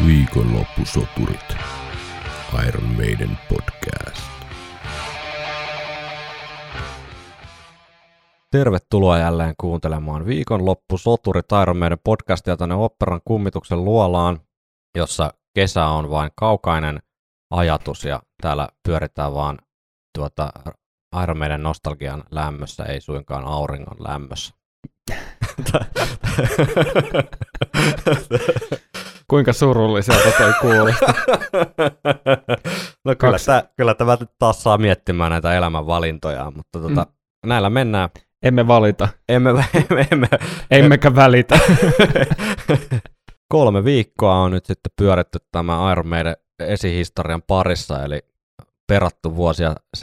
Viikonloppusoturit. Iron Maiden podcast. Tervetuloa jälleen kuuntelemaan Viikonloppusoturit Iron Maiden podcastia tänne oopperan kummituksen luolaan, jossa kesä on vain kaukainen ajatus ja täällä pyöritään vaan Iron Maiden nostalgian lämmössä, ei suinkaan auringon lämmössä. Kuinka surulliselta toi kuulosti? No kyllä tämä nyt taas saa miettimään näitä elämänvalintoja, mutta näillä mennään. Emme valita. Emmekä välitä. 3 viikkoa on nyt sitten pyöritty tämä Iron Maiden esihistorian parissa, eli perattu vuosia 75-80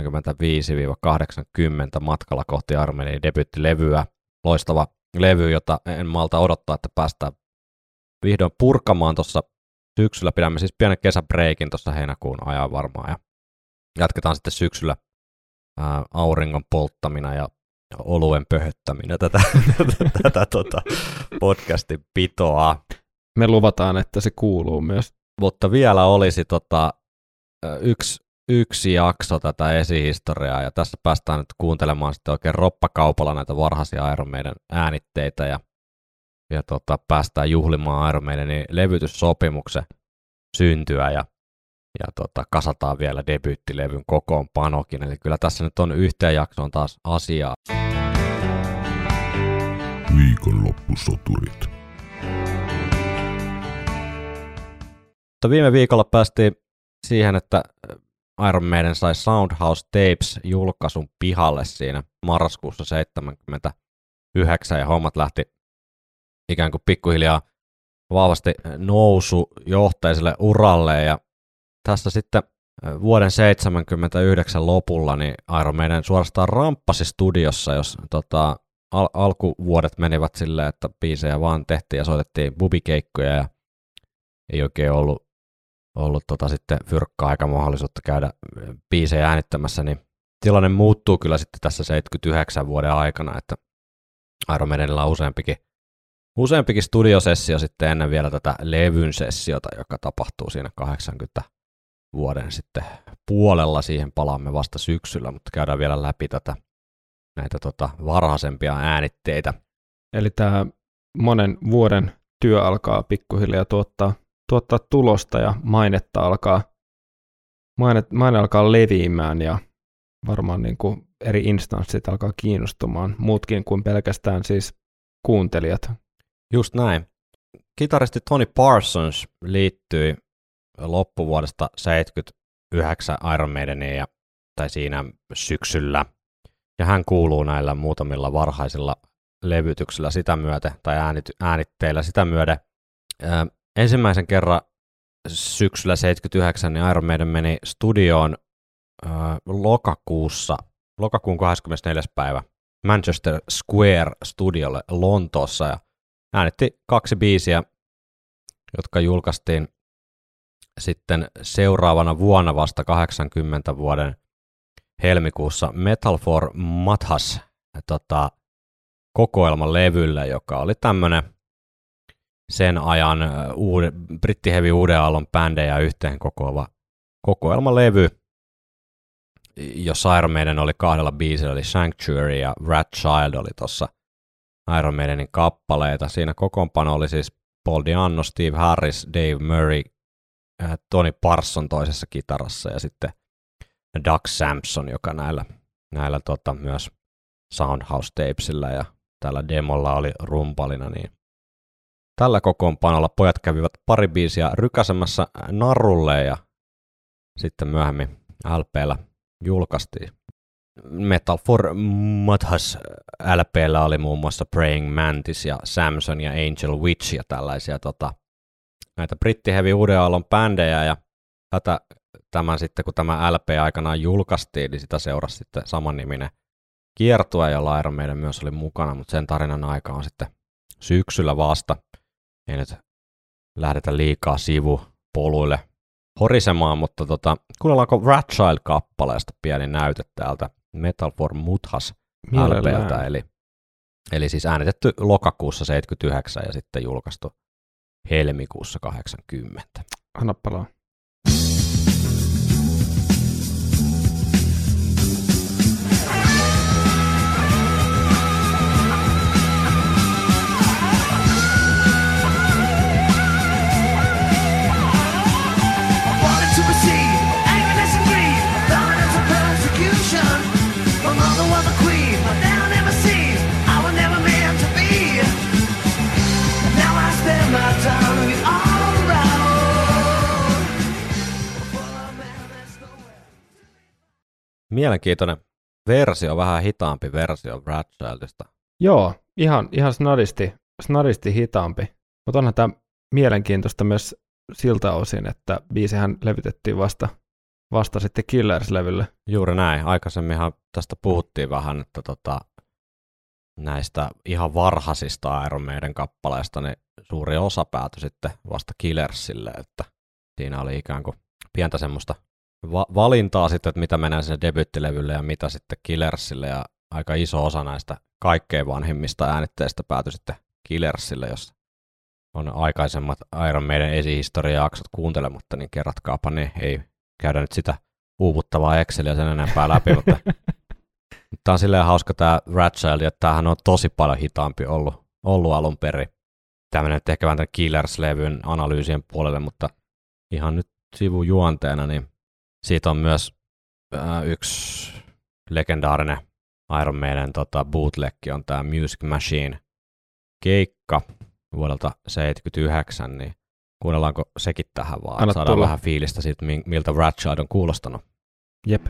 matkalla kohti Iron Maiden debyyttilevyä. Loistava levy, jota en malta odottaa, että päästään vihdoin purkamaan tuossa syksyllä. Pidämme siis pienen kesäbreikin tuossa heinäkuun ajan varmaan ja jatketaan sitten syksyllä auringon polttamina ja oluen pöhöttäminä tätä podcastin pitoa. Me luvataan, että se kuuluu myös. Mutta vielä olisi yksi jakso tätä esihistoriaa, ja tässä päästään nyt kuuntelemaan sitten oikein roppakaupalla näitä varhaisia Iron Maiden äänitteitä, ja päästään juhlimaan Iron Maidenin levytyssopimuksen syntyä, ja kasataan vielä debyyttilevyn kokoonpanokin, eli kyllä tässä nyt on yhteen jaksoon taas asiaa. Viikonloppusoturit. Mutta viime viikolla päästiin siihen, että Iron Maiden sai Soundhouse Tapes-julkaisun pihalle siinä marraskuussa 1979, ja hommat lähti ikään kuin pikkuhiljaa vahvasti nousujohteiselle uralle, ja tässä sitten vuoden 1979 lopulla niin Iron Maiden suorastaan ramppasi studiossa, jos alkuvuodet menivät silleen, että biisejä vaan tehtiin ja soitettiin bubikeikkoja, ja ei oikein ollut sitten fyrkkaa eikä mahdollisuutta käydä biisejä äänittämässä, niin tilanne muuttuu kyllä sitten tässä 79 vuoden aikana, että Iron Maidenilla on useampikin studiosessio sitten ennen vielä tätä levyn sessiota, joka tapahtuu siinä 80 vuoden sitten puolella. Siihen palaamme vasta syksyllä, mutta käydään vielä läpi näitä varhaisempia äänitteitä. Eli tämä monen vuoden työ alkaa pikkuhiljaa tuottaa tulosta ja maine alkaa leviämään ja varmaan niin kuin eri instanssit alkaa kiinnostumaan, muutkin kuin pelkästään siis kuuntelijat. Just näin. Kitaristi Tony Parsons liittyi loppuvuodesta 79 Iron Maideniin tai siinä syksyllä, ja hän kuuluu näillä muutamilla varhaisilla levytyksillä sitä myöten, tai äänitteillä sitä myöden. Ensimmäisen kerran syksyllä 79 niin Iron Maiden meni studioon lokakuun 24. päivä Manchester Square studiolle Lontoossa, ja äänitti 2 biisiä, jotka julkaistiin sitten seuraavana vuonna vasta 80 vuoden helmikuussa Metal for Mathas kokoelmalevyllä, joka oli tämmönen sen ajan brittiheavy uuden aallon bändejä yhteen kokoava kokoelmalevy, jossa Iron Maiden oli 2 biisillä, eli Sanctuary ja Rat Child oli tuossa Iron Maidenin kappaleita. Siinä kokoonpano oli siis Paul Di'Anno, Steve Harris, Dave Murray, Tony Parson toisessa kitarassa ja sitten Doug Sampson, joka näillä myös Soundhouse Tapesilla ja tällä demolla oli rumpalina, niin tällä kokoonpanolla pojat kävivät pari biisiä rykäsemässä narulle, ja sitten myöhemmin LP:llä julkaistiin. Metal for Mathas LP:llä oli muun muassa Praying Mantis ja Samson ja Angel Witch ja tällaisia näitä brittiheavy uuden aallon bändejä, ja tämän sitten kun tämä LP aikanaan julkaistiin, niin sitä seurasi sitten samanniminen kiertue, jolla Iron Maiden myös oli mukana, mutta sen tarinan aika on sitten syksyllä vasta. Ei nyt lähdetä liikaa sivupoluille horisemaan, mutta kuunnellaanko Rat Child-kappaleesta pieni näyte täältä Metal for Mathas LP:ltä, eli siis äänitetty lokakuussa 79 ja sitten julkaistu helmikuussa 80. Anna palaa. Mielenkiintoinen versio, vähän hitaampi versio Brad Childista. Joo, ihan snadisti hitaampi, mutta onhan tämä mielenkiintoista myös siltä osin, että biisihän levytettiin vasta sitten Killers-levylle. Juuri näin. Aikaisemminhan tästä puhuttiin vähän, että näistä ihan varhaisista Iron Maiden kappaleista niin suuri osa päätyi sitten vasta Killersille, että siinä oli ikään kuin pientä semmoista valintaa sitten, että mitä menee sinne debuittilevylle ja mitä sitten Killersille, ja aika iso osa näistä kaikkein vanhimmista äänitteistä päätyi sitten Killersille, jos on aikaisemmat Iron Maiden esihistoria-jaksot kuuntelematta, niin kerratkaapa ne, ei käydä nyt sitä uuvuttavaa Exceliä sen enempää läpi, mutta tämä on silleen hauska tämä Brad Child, että tämähän on tosi paljon hitaampi ollut alun perin. Tämä menee nyt ehkä vähän tämän Killers-levyn analyysien puolelle, mutta ihan nyt sivujuonteena, niin siitä on myös yksi legendaarinen Iron Maiden bootleg, on tämä Music Machine -keikka vuodelta 1979, niin kuunnellaanko sekin tähän vaan, Anna saadaan tulla. vähän fiilistä siitä, miltä Brad Child on kuulostanut. Jep.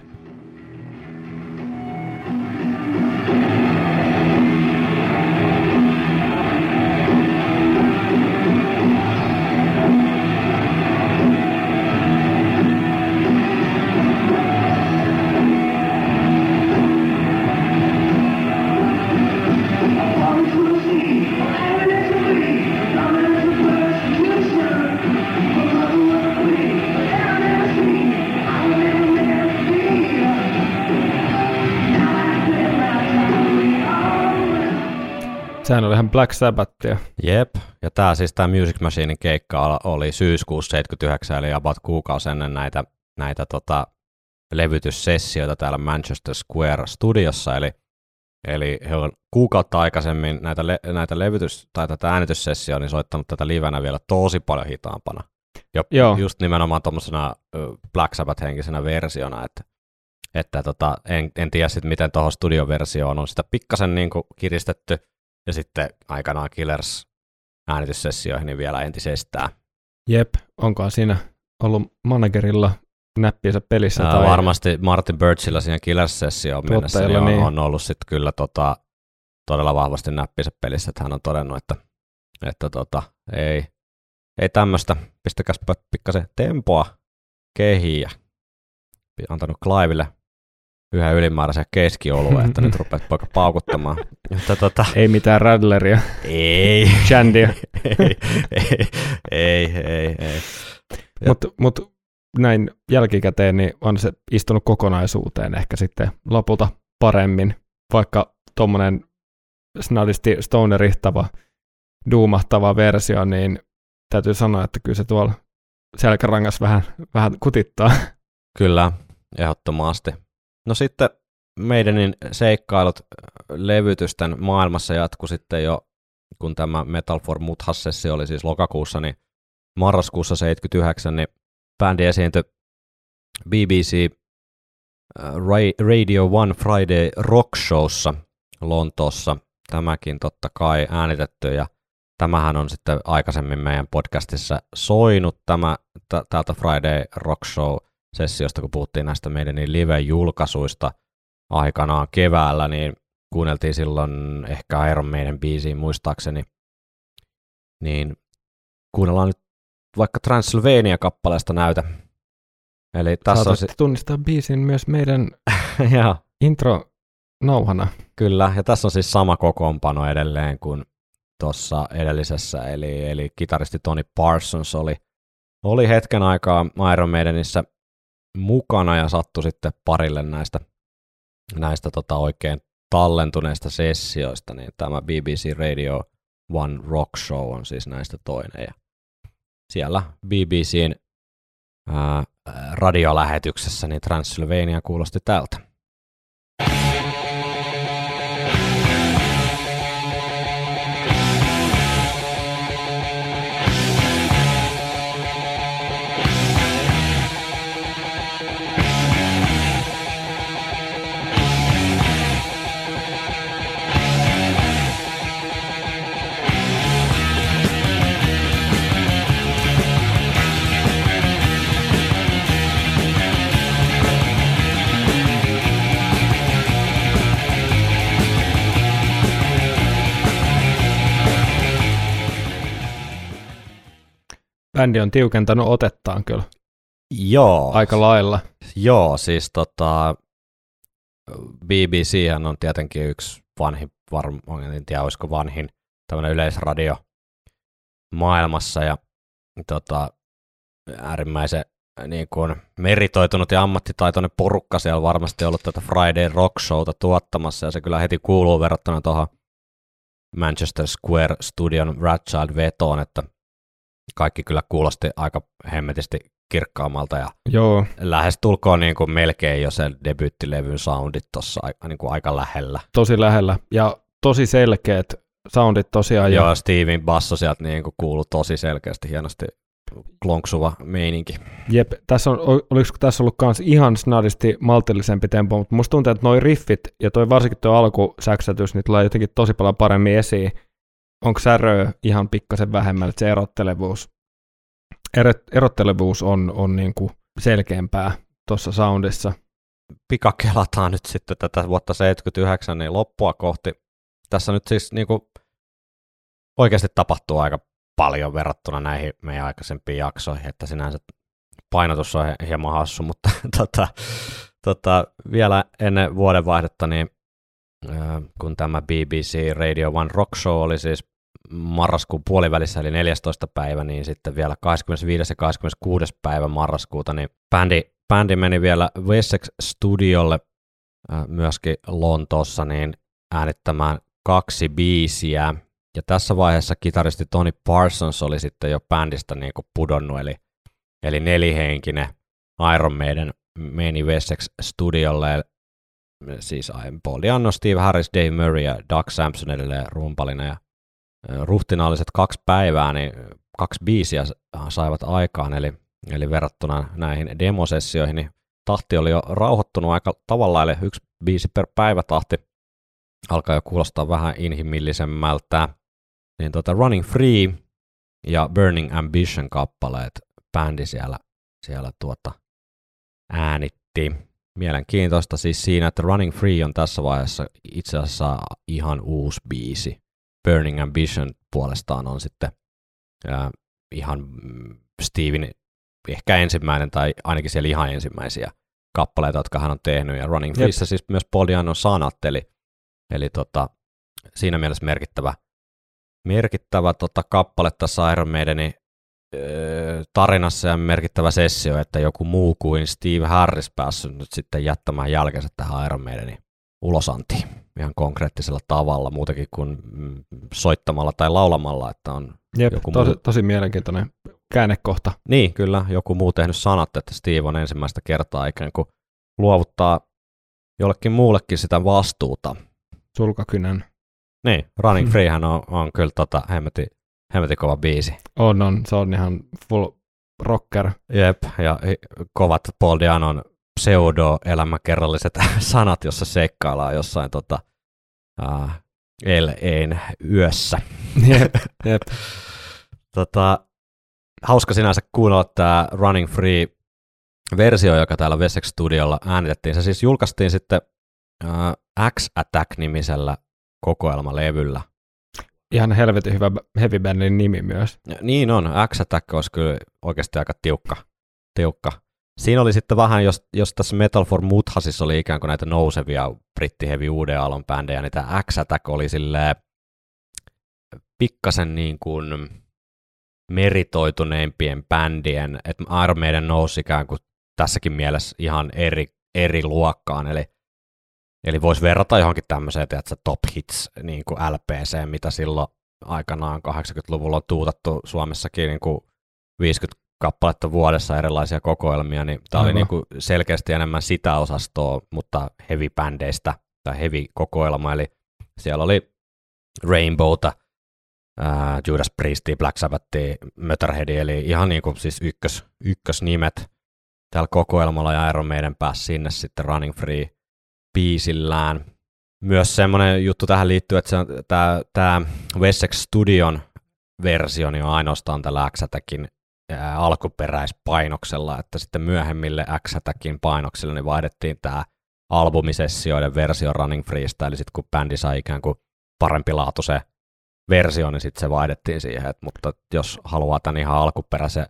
Sehän oli ihan Black Sabbathia. Jep, ja tämä Music Machinein keikka oli syyskuussa 79, eli about kuukausi ennen näitä levytyssessioita täällä Manchester Square Studiossa, eli he on kuukautta aikaisemmin näitä tai tätä äänityssessioa niin soittanut tätä livenä vielä tosi paljon hitaampana. Joo. Just nimenomaan tuommoisena Black Sabbath-henkisenä versiona, että en tiedä sitten miten tuohon studioversioon on sitä pikkasen niin kuin kiristetty, ja sitten aikanaan Killers äänityssessioihin niin vielä entisestään. Jep, onkohan siinä ollut managerilla näppiensä pelissä? Tai varmasti Martin Birchillä siinä Killers-sessioon mennessä niin on ollut sitten kyllä todella vahvasti näppiensä pelissä, että hän on todennut, että ei tämmöistä, pistäkäs pikkasen tempoa kehiin, ja antanut Clivelle yhden ylimääräisen keskiolueen, että nyt rupeat poika paukuttamaan. Ei mitään Radleria. Ei. Chandia. ei. Mutta näin jälkikäteen niin on se istunut kokonaisuuteen ehkä sitten lopulta paremmin, vaikka tuommoinen snadisti stonerihtava, duumahtava versio, niin täytyy sanoa, että kyllä se tuolla selkärangas vähän kutittaa. Kyllä, ehdottomasti. No sitten meidänin seikkailut levytysten maailmassa jatkui sitten jo, kun tämä Metal for Mudhas-sessio oli siis lokakuussa, niin marraskuussa 79, niin bändi esiintyi BBC Radio 1 Friday Rock Showssa Lontoossa. Tämäkin totta kai äänitetty, ja tämähän on sitten aikaisemmin meidän podcastissa soinut täältä Friday Rock Show-sessiosta, kun puhuttiin näistä meidän live-julkaisuista aikanaan keväällä, niin kuunneltiin silloin ehkä Iron Maiden biisiin muistaakseni, niin kuunnellaan nyt vaikka Transylvania-kappaleesta näytä. Eli tässä on tunnistaa biisin myös meidän intro-nauhana. Kyllä, ja tässä on siis sama kokoonpano edelleen kuin tuossa edellisessä, eli kitaristi Tony Parsons oli hetken aikaa Iron Maidenissä mukana ja sattui sitten parille näistä oikein tallentuneista sessioista, niin tämä BBC Radio 1 Rock Show on siis näistä toinen. Ja siellä BBCn radiolähetyksessä niin Transylvania kuulosti tältä. Bändi on tiukentanut otettaan kyllä. Joo. Aika lailla. Joo, siis BBChän on tietenkin yksi vanhin, en tiedä olisiko vanhin, tämmöinen yleisradio maailmassa ja äärimmäisen niin kuin meritoitunut ja ammattitaitoinen porukka siellä varmasti ollut tätä Friday Rock Showta tuottamassa ja se kyllä heti kuuluu verrattuna tuohon Manchester Square Studion Wrathchild vetoon, että kaikki kyllä kuulosti aika hemmetisti kirkkaammalta ja Joo. lähestulkoon niin kuin melkein jo sen debyyttilevyn soundit tuossa niin kuin aika lähellä. Tosi lähellä ja tosi selkeät soundit tosiaan. Joo, Steven basso sieltä niin kuin kuului tosi selkeästi, hienosti klonksuva meininki. Jep, oliko tässä ollut kans ihan snadisti maltillisempi tempo, mutta musta tuntuu, että noi riffit ja varsinkin tuo alkusäksätys niin tulee jotenkin tosi paljon paremmin esiin. Onko säröä ihan pikkasen vähemmän, että se erottelevuus on niin kuin selkeämpää tuossa soundissa. Pikakelataan nyt sitten tätä vuotta 79 niin loppua kohti. Tässä nyt siis niin kuin oikeasti tapahtuu aika paljon verrattuna näihin meidän aikaisempiin jaksoihin, että sinänsä painotus on hieman hassu, mutta vielä ennen vuodenvaihdetta, niin kun tämä BBC Radio 1 Rock Show oli siis marraskuun puolivälissä, eli 14. päivä, niin sitten vielä 25. ja 26. päivä marraskuuta, niin bändi meni vielä Wessex Studiolle myöskin Lontoossa niin äänittämään 2 biisiä, ja tässä vaiheessa kitaristi Tony Parsons oli sitten jo bändistä niin kuin pudonnut, eli nelihenkinen Iron Maiden meni Wessex Studiolle, siis Paul Di'Anno, Steve Harris, Dave Murray ja Doug Sampson edelleen rumpalina, ja ruhtinaalliset 2 päivää, niin 2 biisiä saivat aikaan, eli verrattuna näihin demosessioihin, niin tahti oli jo rauhoittunut aika tavalla, eli 1 biisi per päivä tahti alkaa jo kuulostaa vähän inhimillisemmältä. Niin Running Free ja Burning Ambition kappaleet bändi siellä äänitti. Mielenkiintoista siis siinä, että Running Free on tässä vaiheessa itse asiassa ihan uusi biisi. Burning Ambition puolestaan on sitten ihan Steven ehkä ensimmäinen tai ainakin siellä ihan ensimmäisiä kappaleita, jotka hän on tehnyt. Ja Running Freeissä siis myös Paul Di'Annon sanat, eli siinä mielessä merkittävä kappale tässä Iron Maidenin tarinassa ja merkittävä sessio, että joku muu kuin Steve Harris päässyt nyt sitten jättämään jälkensä tähän Iron Maidenin ulosantiin ihan konkreettisella tavalla, muutenkin kuin soittamalla tai laulamalla, että on joku tosi mielenkiintoinen käännekohta. Niin, kyllä, joku muu tehnyt sanat, että Steve on ensimmäistä kertaa ikään kuin luovuttaa jollekin muullekin sitä vastuuta. Sulkakynän. Niin, Running Freehän on kyllä hemmetin kova biisi. On, se on ihan full rocker. Jep, ja kovat Paul Di'Annon pseudo-elämäkerralliset sanat, jossa seikkaillaan jossain LA:n yössä. Jep. Hauska sinänsä kuunnella tämä Running Free-versio, joka täällä Wessex Studiolla äänitettiin. Se siis julkaistiin sitten X-Attack-nimisellä kokoelmalevyllä. Ihan helvetin hyvä heavy bandin nimi myös. Niin on, X-Attack olisi kyllä oikeasti aika tiukka. Siinä oli sitten vähän, jos tässä Metal for Muthasissa oli ikään kuin näitä nousevia brittiheavy uuden aallon bändejä, niin tämä X-Attack oli silleen pikkasen niin kuin meritoituneimpien bändien, että Iron Maiden nousi ikään kuin tässäkin mielessä ihan eri luokkaan, eli voisi verrata johonkin tämmöiseen, tiedätkö, Top Hits niin kuin LPC, mitä silloin aikanaan 80-luvulla on tuutattu Suomessakin niin kuin 50 kappaletta vuodessa erilaisia kokoelmia, niin tämä oli niinku selkeästi enemmän sitä osastoa, mutta heavy-bändeistä tai heavy-kokoelma, eli siellä oli Rainbowta, Judas Priestia, Black Sabbathia, Motorheadia, eli ihan niinku siis ykkösnimet tällä kokoelmalla, ja Iron Maiden pääsi sinne sitten Running Free-biisillään. Myös semmoinen juttu tähän liittyy, että tämä Wessex Studion versio niin on ainoastaan tällä X-Attackin alkuperäispainoksella, että sitten myöhemmille X-Attackin painoksilla niin vaihdettiin tämä albumisessioiden versio Running Freesta, eli sitten kun bändi sai ikään kuin parempilaatuisen versio, niin sitten se vaihdettiin siihen, mutta jos haluaa tämän ihan alkuperäisen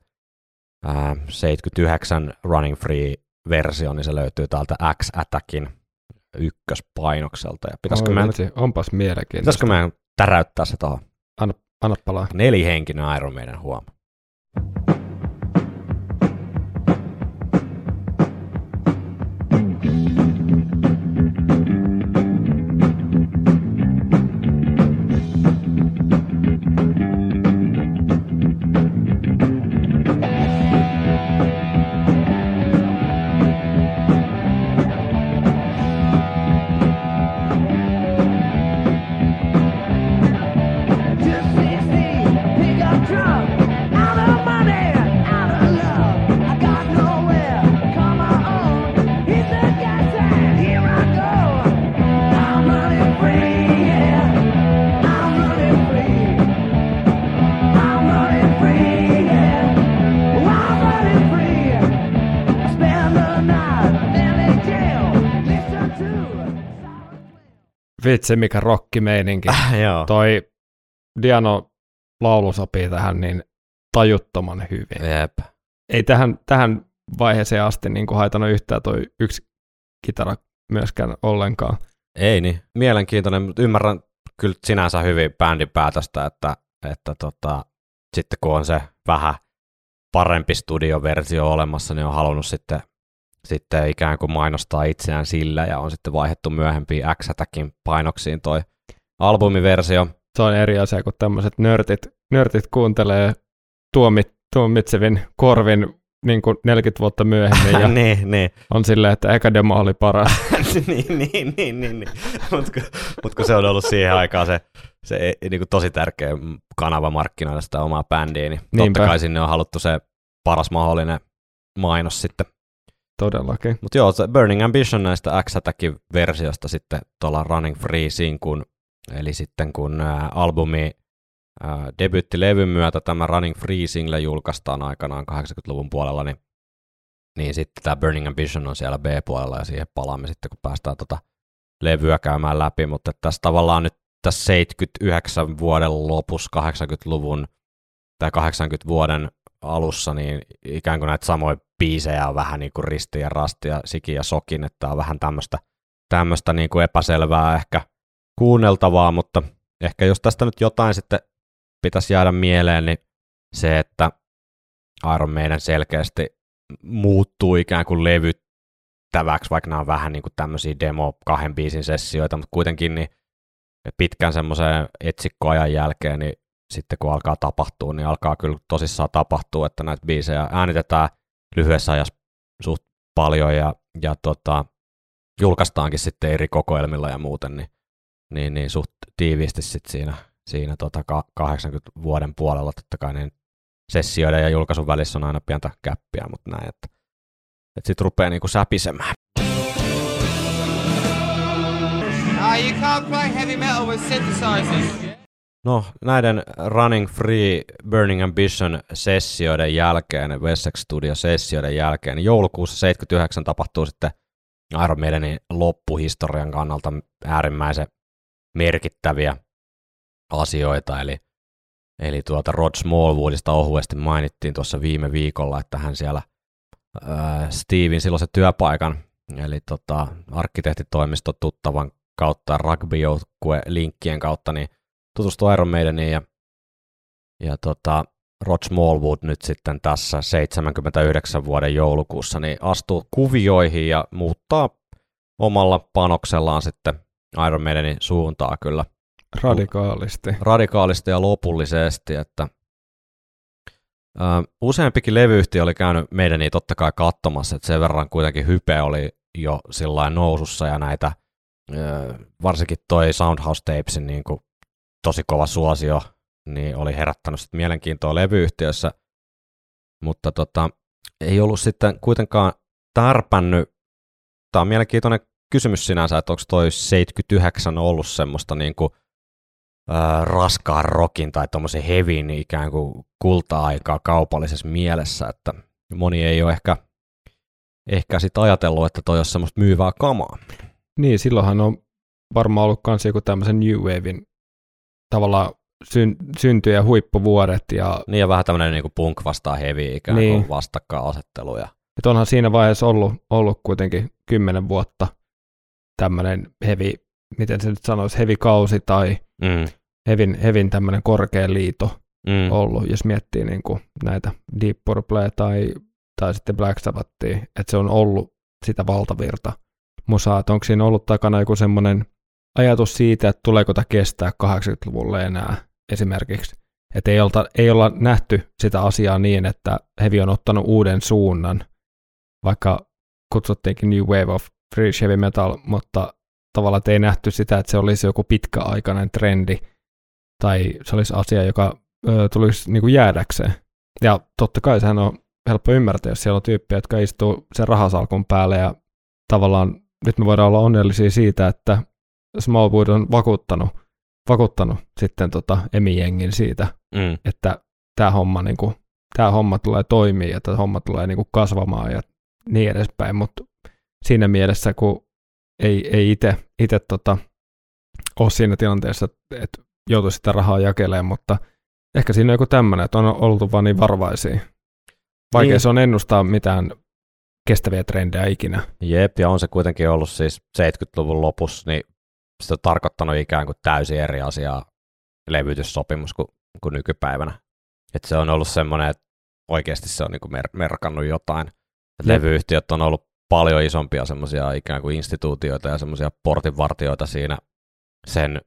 79 Running Free-versio, niin se löytyy täältä X-Attackin ykköspainokselta. Ja onpas mielenkiintoista. Pitäisikö meidän täräyttää se tuohon? Anna palaa. 4-henkinen Iron Maiden huoma. Vitsi, mikä rockimeininki. Toi Diano laulu sopii tähän niin tajuttoman hyvin. Jep. Ei tähän vaiheeseen asti niin kuin haitannut yhtään toi yksi kitara myöskään ollenkaan. Ei niin, mielenkiintoinen, mutta ymmärrän kyllä sinänsä hyvin bändin päätöstä, että sitten kun on se vähän parempi studioversio olemassa, niin on halunnut sitten ikään kuin mainostaa itseään sillä, ja on sitten vaihdettu myöhempiin X-Attackin painoksiin toi albumiversio. Se on eri asia, kun tämmöiset nörtit kuuntelee tuomitsevin korvin niin kuin 40 vuotta myöhemmin, ja niin. On silleen, että eka demo oli paras. niin. Mutta kun se on ollut siihen aikaan se niin kuin tosi tärkeä kanava markkinoida sitä omaa bändiä, niin totta kai sinne on haluttu se paras mahdollinen mainos sitten. Todellakin. Mutta joo, se Burning Ambition näistä X-Attackin versiosta sitten tuolla Running Free-sinkun, eli sitten kun albumi debyyttilevyn myötä tämä Running Free-single julkaistaan aikanaan 80-luvun puolella, niin sitten tämä Burning Ambition on siellä B-puolella, ja siihen palaamme sitten, kun päästään levyä käymään läpi, mutta tässä tavallaan nyt tässä 79 vuoden lopussa 80-luvun tai 80 vuoden alussa, niin ikään kuin näitä samoja biisejä on vähän niin kuin Risti ja Rasti ja Siki ja Sokin, että on vähän tämmöistä niin kuin epäselvää ehkä kuunneltavaa, mutta ehkä jos tästä nyt jotain sitten pitäisi jäädä mieleen, niin se, että Iron Maiden selkeästi muuttuu ikään kuin levyttäväksi, vaikka nämä on vähän niin kuin tämmöisiä demo 2 biisin sessioita, mutta kuitenkin niin pitkän semmoisen etsikkoajan jälkeen, niin sitten kun alkaa tapahtua, niin alkaa kyllä tosissaan tapahtua, että näitä biisejä äänitetään lyhyessä ajassa suht paljon ja julkaistaankin sitten eri kokoelmilla ja muuten, niin suht tiiviisti sitten siinä 80 vuoden puolella totta kai niin sessioiden ja julkaisun välissä on aina pientä käppiä, mutta näin, että sitten rupeaa niinku säpisemään. You can't play heavy metal with synthesizers. No, näiden Running Free, Burning Ambition sessioiden jälkeen, Wessex Studio sessioiden jälkeen, niin joulukuussa 79 tapahtuu sitten Iron Maidenin loppuhistorian kannalta äärimmäisen merkittäviä asioita, eli Rod Smallwoodista ohuesti mainittiin tuossa viime viikolla, että hän siellä Steven silloisen työpaikan, eli arkkitehtitoimisto tuttavan kautta, rugby-joukkue linkkien kautta, niin tutustui Iron Maideniin ja Rod Smallwood nyt sitten tässä 79 vuoden joulukuussa niin astuu kuvioihin ja muuttaa omalla panoksellaan sitten Iron Maidenin suuntaa kyllä. Radikaalisti. Radikaalisti ja lopullisesti, että Useampikin levyyhtiö oli käynyt meidän niin totta kai katsomassa, että sen verran kuitenkin hype oli jo sillain nousussa ja näitä, varsinkin toi Soundhouse Tapesin niin kuin tosi kova suosio, niin oli herättänyt sit mielenkiintoa levyyhtiössä, mutta ei ollut sitten kuitenkaan tärpännyt. Tämä on mielenkiintoinen kysymys sinänsä, että onko toi 79 ollut semmoista niin kuin raskaan rockin tai tommosen heavyin ikään kuin kulta-aikaa kaupallisessa mielessä, että moni ei ole ehkä sit ajatellut, että toi on semmoista myyvää kamaa. Niin, silloinhan on varmaan ollut kans joku tämmöisen New Wavein tavallaan synty- ja huippuvuodet. Niin ja vähän tämmöinen niin kuin punk vastaan heavy ikään kuin vastakkainasetteluja. Et onhan siinä vaiheessa ollut kuitenkin 10 vuotta tämmöinen heavy, miten se nyt sanoisi, heavy-kausi tai hevin tämmöinen korkea liito ollut, jos miettii niin kuin näitä Deep Purplea tai sitten Black Sabbathia, että se on ollut sitä valtavirta musaa, että onko siinä ollut takana joku semmoinen ajatus siitä, että tuleeko tämä kestää 80-luvulle enää esimerkiksi, että ei olla nähty sitä asiaa niin, että heavy on ottanut uuden suunnan, vaikka kutsuttiinkin New Wave of British Heavy Metal, mutta tavallaan ei nähty sitä, että se olisi joku pitkäaikainen trendi, tai se olisi asia, joka tulisi niin kuin jäädäkseen. Ja totta kai sehän on helppo ymmärtää, jos siellä on tyyppiä, jotka istuu sen rahasalkun päälle, ja tavallaan nyt me voidaan olla onnellisia siitä, että Smallwood on vakuuttanut sitten EMI-jengin siitä, että tämä homma tulee toimia, ja tämä homma tulee niin kuin kasvamaan, ja niin edespäin, mutta siinä mielessä, kun ei itse ole siinä tilanteessa, että joutuisi sitä rahaa jakelemaan, mutta ehkä siinä on joku tämmöinen, että on oltu vaan niin varovaisia. Vaikea niin. Se on ennustaa mitään kestäviä trendejä ikinä. Jep, ja on se kuitenkin ollut siis 70-luvun lopussa, niin se on tarkoittanut ikään kuin täysin eri asiaa levytyssopimus kuin nykypäivänä. Että se on ollut semmoinen, että oikeasti se on niin kuin merkannut jotain. Levyyhtiöt on ollut paljon isompia semmoisia ikään kuin instituutioita ja semmoisia portinvartioita siinä sen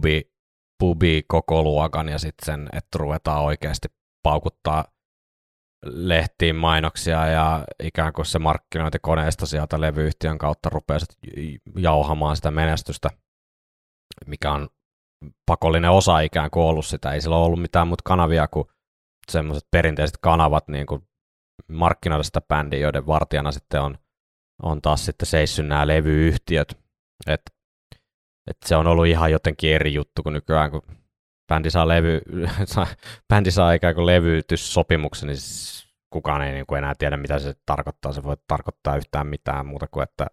pubi koko luokan ja sitten sen, että ruvetaan oikeasti paukuttaa lehtiin mainoksia ja ikään kuin se markkinointikoneisto sieltä levyyhtiön kautta rupeaa jauhamaan sitä menestystä, mikä on pakollinen osa ikään kuin ollut sitä. Ei sillä ole ollut mitään muuta kanavia kuin semmoiset perinteiset kanavat niin kuin markkinoida sitä bändiä, joiden vartijana sitten on taas sitten seissyt nämä levyyhtiöt. Et se on ollut ihan jotenkin eri juttu kuin nykyään, kun bändi saa ikään kuin levytyssopimuksen, niin kukaan ei niin kuin enää tiedä, mitä se tarkoittaa. Se voi tarkoittaa yhtään mitään muuta kuin, että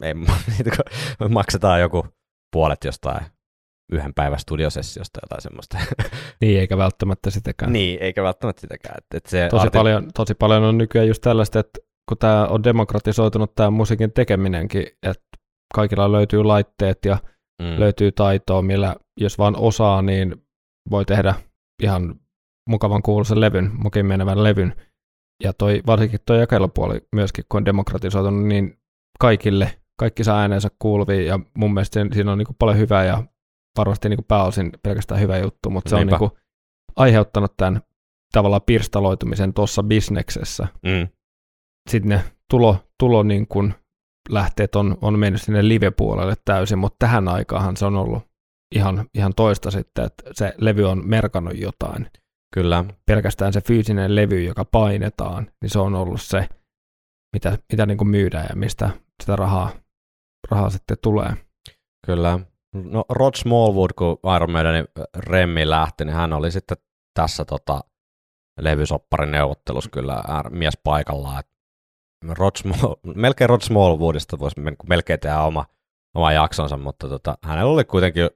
maksetaan joku puolet jostain yhden päivän studiosessiosta jotain semmoista. Niin, eikä välttämättä sitäkään. Niin, eikä välttämättä sitäkään. Tosi paljon on nykyään just tällaista, että kun tämä on demokratisoitunut tämä musiikin tekeminenkin, että kaikilla löytyy laitteet ja löytyy taitoa, millä jos vaan osaa, niin voi tehdä ihan mukavan kuuluisen levyn, mukin menevän levyn. Ja varsinkin tuo jakelupuoli myöskin, kun on demokratisoitunut, niin kaikki saa äänensä kuuluviin, ja mun mielestä siinä on niin kuin paljon hyvää, ja varmasti niin kuin pääosin pelkästään hyvä juttu, mutta se on niin kuin aiheuttanut tämän tavallaan pirstaloitumisen tuossa bisneksessä. Sitten ne tulo niin kuin lähteet on mennyt sinne live-puolelle täysin, mutta tähän aikaanhan se on ollut ihan toista sitten, että se levy on merkannut jotain. Kyllä. Pelkästään se fyysinen levy, joka painetaan, niin se on ollut se, mitä niin kuin myydään ja mistä sitä rahaa sitten tulee. Kyllä. No Rod Smallwood, kun Iron Maidenin Remmi lähti, niin hän oli sitten tässä levysopparin neuvottelussa kyllä mies paikallaan. Melkein Rod Smallwoodista voisi melkein tehdä oma jaksonsa, mutta hänellä oli kuitenkin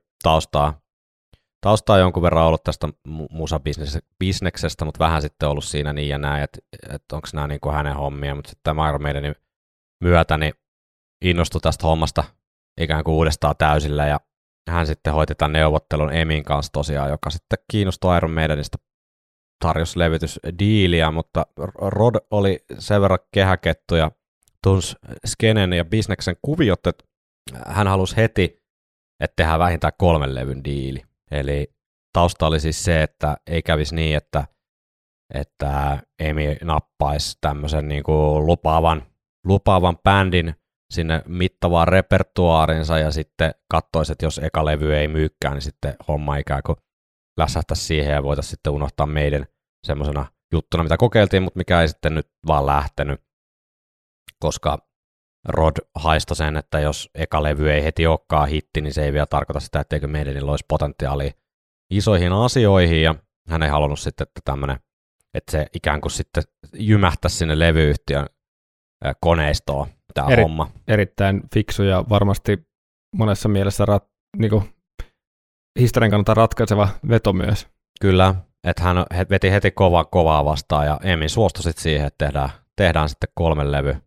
taustaa jonkun verran ollut tästä musabisneksestä, mutta vähän sitten ollut siinä niin ja näin, että onko nämä niin kuin hänen hommia, mutta sitten tämä Iron Maidenin myötä niin innostui tästä hommasta ikään kuin uudestaan täysillä, ja hän sitten hoiti tämän neuvottelun Emin kanssa tosiaan, joka sitten kiinnostui Iron Maidenista, tarjosi levitysdiiliä, mutta Rod oli sen verran kehäkettu ja tunsi skenen ja bisneksen kuviot, että hän halusi heti, että tehdään vähintään 3 levyn diili. Eli tausta oli siis se, että ei kävisi niin, että että Emi nappaisi tämmöisen niin kuin lupaavan bändin sinne mittavaan repertuaarinsa ja sitten katsoisi, että jos eka levy ei myykään, niin sitten homma ikään kuin lässähtäisi siihen ja voitaisiin sitten unohtaa meidän semmoisena juttuna, mitä kokeiltiin, mutta mikä ei sitten nyt vaan lähtenyt, koska Rod haistoi sen, että jos eka levy ei heti olekaan hitti, niin se ei vielä tarkoita sitä, etteikö meidän olisi potentiaalia isoihin asioihin, ja hän ei halunnut sitten, että se ikään kuin sitten jymähtäisi sinne levyyhtiön koneistoon tämä homma. Erittäin fiksu ja varmasti monessa mielessä niinku historian kannalta ratkaiseva veto myös. Kyllä, että hän veti heti kovaa vastaan ja Emi suostui sitten siihen, että tehdään sitten 3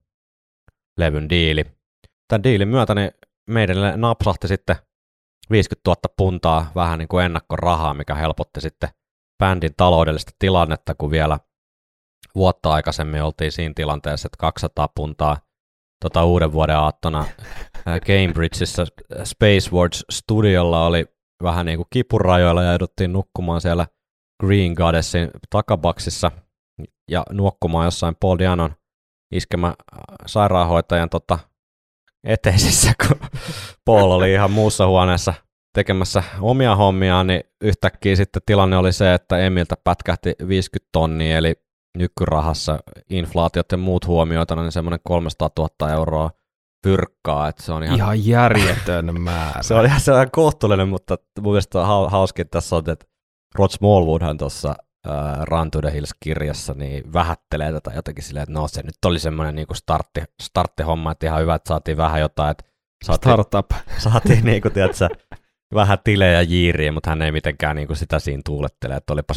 levyn diili. Tämän diilin myötä niin meidän napsahti sitten 50 000 puntaa vähän niin kuin ennakkorahaa, mikä helpotti sitten bändin taloudellista tilannetta, kun vielä vuotta aikaisemmin oltiin siinä tilanteessa, että 200 puntaa uuden vuoden aattona Cambridgeissa Space Works studiolla oli vähän niin kuin kipurajoilla ja jouduttiin nukkumaan siellä Green Goddessin takabaksissa ja nuokkumaan jossain Paul Dianon iskemä sairaanhoitajan eteisissä, kun Paul oli ihan muussa huoneessa tekemässä omia hommiaan, niin yhtäkkiä sitten tilanne oli se, että Emiltä pätkähti 50 tonnia, eli nykyrahassa inflaatiot ja muut huomioitana, niin semmoinen 300 000 euroa pyrkkaa, että se on ihan järjetön määrä. Se on ihan kohtuullinen, mutta mun mielestä hauskin tässä on, että Rod Smallwoodhan tuossa Run to the Hills-kirjassa niin vähättelee tätä jotenkin silleen, että no se nyt oli semmoinen niin kuin starttihomma, että ihan hyvä, että saatiin vähän jotain, että saatiin niin kuin, tiedätkö, vähän tilejä jiiriä, mutta hän ei mitenkään niin kuin sitä siinä tuulettele, että olipas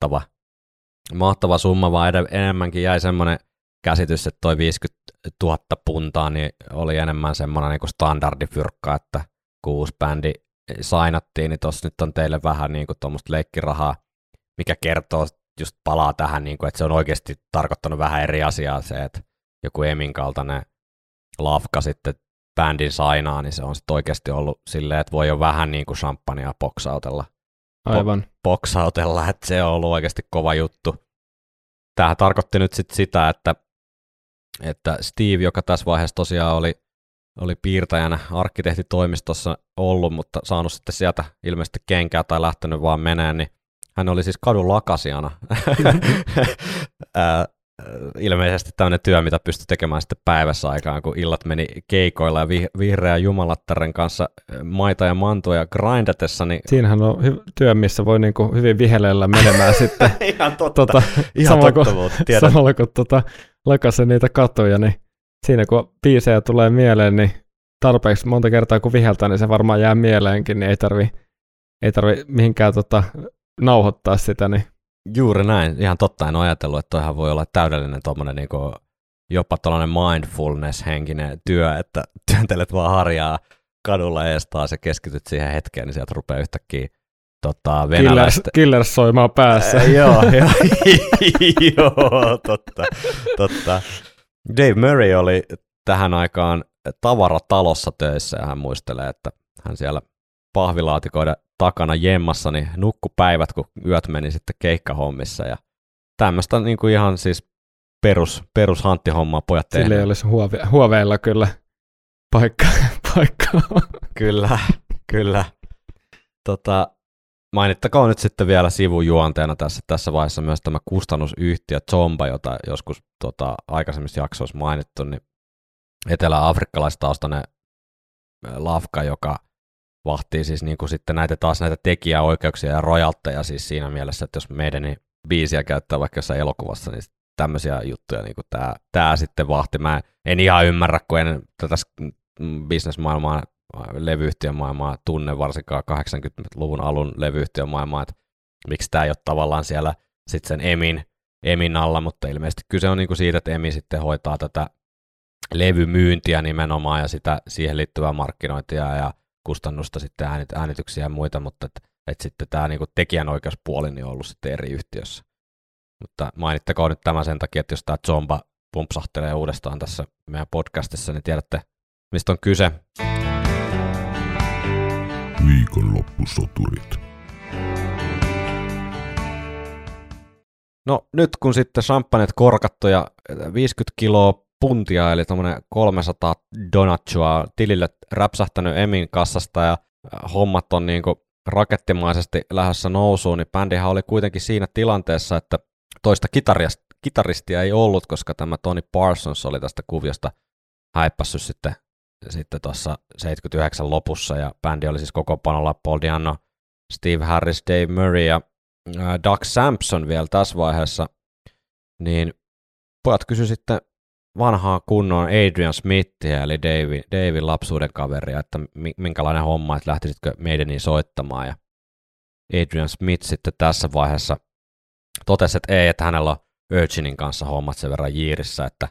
mahtava summa, vaan enemmänkin jäi semmoinen käsitys, että toi 50 000 puntaa niin oli enemmän semmoinen niin kuin standardifyrkka, että kun uusi bändi sainattiin, niin tossa nyt on teille vähän niin kuin tuommoista leikkirahaa, mikä kertoo, just palaa tähän, niin kuin, että se on oikeasti tarkoittanut vähän eri asiaa se, että joku Emin kaltainen lafka sitten bändin sainaa, niin se on sitten oikeasti ollut silleen, että voi jo vähän niin kuin champagnea boksautella. Aivan. Boksautella, että se on ollut oikeasti kova juttu. Tämähän tarkoitti nyt sitten sitä, että Steve, joka tässä vaiheessa tosiaan oli piirtäjänä arkkitehtitoimistossa ollut, mutta saanut sitten sieltä ilmeisesti kenkää tai lähtenyt vaan meneen, niin hän oli siis kadun lakasijana. Ilmeisesti tämmöinen työ, mitä pystyi tekemään sitten päivässä aikaan, kun illat meni keikoilla ja vihreä jumalattaren kanssa maita ja mantuja grindatessa. Niin siinähän on työ, missä voi niinku hyvin viheleellä menemään sitten. Ihan totta. Samalla kun lakasi niitä katuja, niin siinä kun biisejä tulee mieleen, niin tarpeeksi monta kertaa kun viheltää, niin se varmaan jää mieleenkin, niin ei tarvi mihinkään nauhoittaa sitä. Niin. Juuri näin, ihan totta, en ajatellut, että toihan voi olla täydellinen tommonen niinku, jopa tällainen mindfulness-henkinen työ, että työntelet vaan harjaa kadulla ees taas ja keskityt siihen hetkeen, niin sieltä rupeaa yhtäkkiä venäläistä. Killers soimaa päässä. Joo, totta. Dave Murray oli tähän aikaan tavaratalossa töissä ja hän muistelee, että hän siellä pahvilaatikoiden takana jemmassa, niin nukkupäivät, kun yöt meni sitten keikkahommissa ja tämmöistä niin kuin ihan siis perus hanttihommaa pojat tehneet. Sillä ei olisi huoveilla kyllä paikkaa. Kyllä. Mainittakoon nyt sitten vielä sivujuonteena tässä vaiheessa myös tämä kustannusyhtiö Zomba, jota joskus aikaisemmissa jaksoissa mainittu, niin etelä-afrikkalaistaustainen lafka, joka vahtii siis niin kuin sitten näitä tekijäoikeuksia ja rojaltteja siis siinä mielessä, että jos meidän biisiä käyttää vaikka jossain elokuvassa, niin tämmöisiä juttuja niin kuin tämä sitten vahti. Mä en ihan ymmärrä, kun en tätä business-maailmaa, levyyhtiömaailmaa tunne, varsinkaan 80-luvun alun levyyhtiömaailmaa, että miksi tämä ei ole tavallaan siellä sitten sen Emin alla, mutta ilmeisesti kyse on niin kuin siitä, että Emi sitten hoitaa tätä levymyyntiä nimenomaan ja sitä siihen liittyvää markkinointia ja kustannusta sitten äänityksiä ja muita, mutta että sitten tämä niinku tekijänoikeuspuoli niin on ollut sitten eri yhtiössä. Mutta mainittakoon nyt tämä sen takia, että jos tämä Zomba pumpsahtelee uudestaan tässä meidän podcastissa, niin tiedätte, mistä on kyse. Viikonloppusoturit. No nyt kun sitten champagnet korkattu ja 50 kiloa puntia, eli tommonen 300 donachua tilille räpsähtänyt Emin kassasta ja hommat on niinku rakettimaisesti lähdössä nousuun, niin bändihän oli kuitenkin siinä tilanteessa, että toista kitaristia ei ollut, koska tämä Tony Parsons oli tästä kuviosta häippässyt sitten tuossa 79 lopussa, ja bändi oli siis kokoonpanolla Paul Di'Anno, Steve Harris, Dave Murray ja Doug Sampson vielä tässä vaiheessa, niin pojat kysyi sitten vanhaa kunnon Adrian Smithia, eli Davin lapsuuden kaveria, että minkälainen homma, että lähtisitkö Maideniin soittamaan, ja Adrian Smith sitten tässä vaiheessa totesi, että ei, että hänellä on Urchinin kanssa hommat sen verran jiirissä, että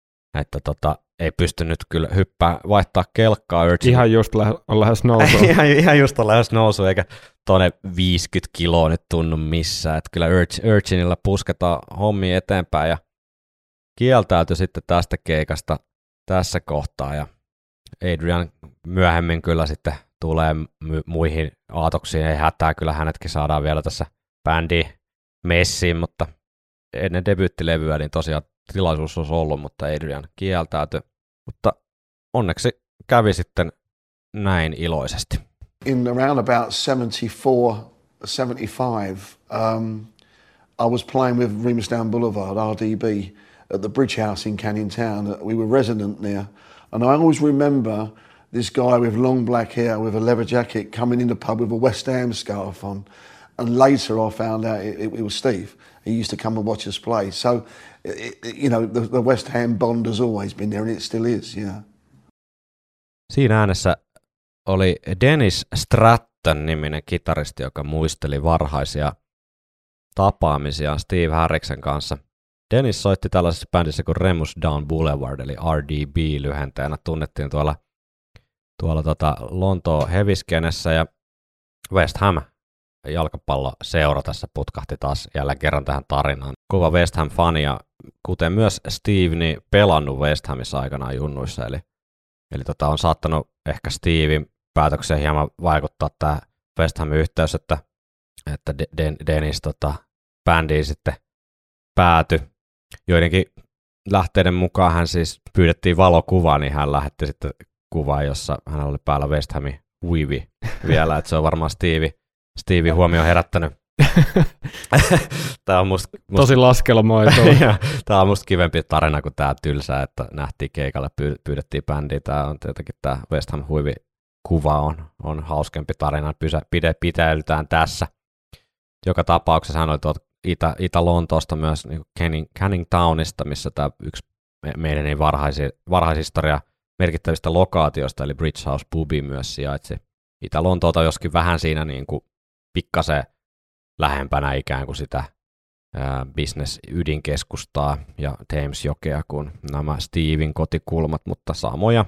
ei pysty nyt kyllä vaihtaa kelkkaa Urchinin. Ihan just on lähes nousuun. ihan just on lähes nousuun, eikä tuonne 50 kiloa nyt tunnu missään, että kyllä Urchinilla pusketaan hommia eteenpäin, ja kieltäytyi sitten tästä keikasta tässä kohtaa, ja Adrian myöhemmin kyllä sitten tulee muihin aatoksiin, ei hätää, kyllä hänetkin saadaan vielä tässä bändiin messiin, mutta ennen debyyttilevyä niin tosiaan tilaisuus olisi ollut, mutta Adrian kieltäytyi, mutta onneksi kävi sitten näin iloisesti. In around about 74, 75, I was playing with Remusdown Boulevard, RDB, at the Bridge House in Canning Town. We were resident there. And I always remember this guy with long black hair with a leather jacket coming in the pub with a West Ham scarf on. And later I found out it was Steve. He used to come and watch us play. So, the West Ham bond has always been there, and it still is, yeah. Siinä äänessä oli Dennis Stratton-niminen kitaristi, joka muisteli varhaisia tapaamisia Steve Harriksen kanssa. Dennis soitti tällaisessa bändissä kuin Remusdown Boulevard, eli RDB lyhenteenä, tunnettiin tuolla Lontoon heviskenessä, ja West Ham jalkapalloseura tässä putkahti taas jälleen kerran tähän tarinaan. Kova West Ham-fani, ja kuten myös Steve, niin pelannut West Hamissa aikanaan junnuissa, eli on saattanut ehkä Steven päätökseen hieman vaikuttaa tämä West Hamin yhteys, että Dennis bändiin sitten päätyi. Joidenkin lähteiden mukaan hän siis pyydettiin valokuvaa, niin hän lähetti sitten kuvaa, jossa hänellä oli päällä West Hamin huivi vielä, että se on varmaan Steve huomio herättänyt. Tämä on tosi laskelmoitu. Tämä on musta kivempi tarina kuin tämä tylsä, että nähtiin keikalle, pyydettiin bändiä. Tämä on tietenkin tämä West Ham huivi kuva on hauskempi tarina, pitäydytään tässä. Joka tapauksessa hän oli tuolta Itä-Lontoosta myös niin Canning Townista, missä tämä yksi meidän niin varhaishistoria merkittävistä lokaatioista, eli Bridge House Pubi myös sijaitsi Itä-Lontoota, joskin vähän siinä niin kuin pikkasen lähempänä ikään kuin sitä business-ydinkeskustaa ja Thames-jokea kuin nämä Steven kotikulmat, mutta samoja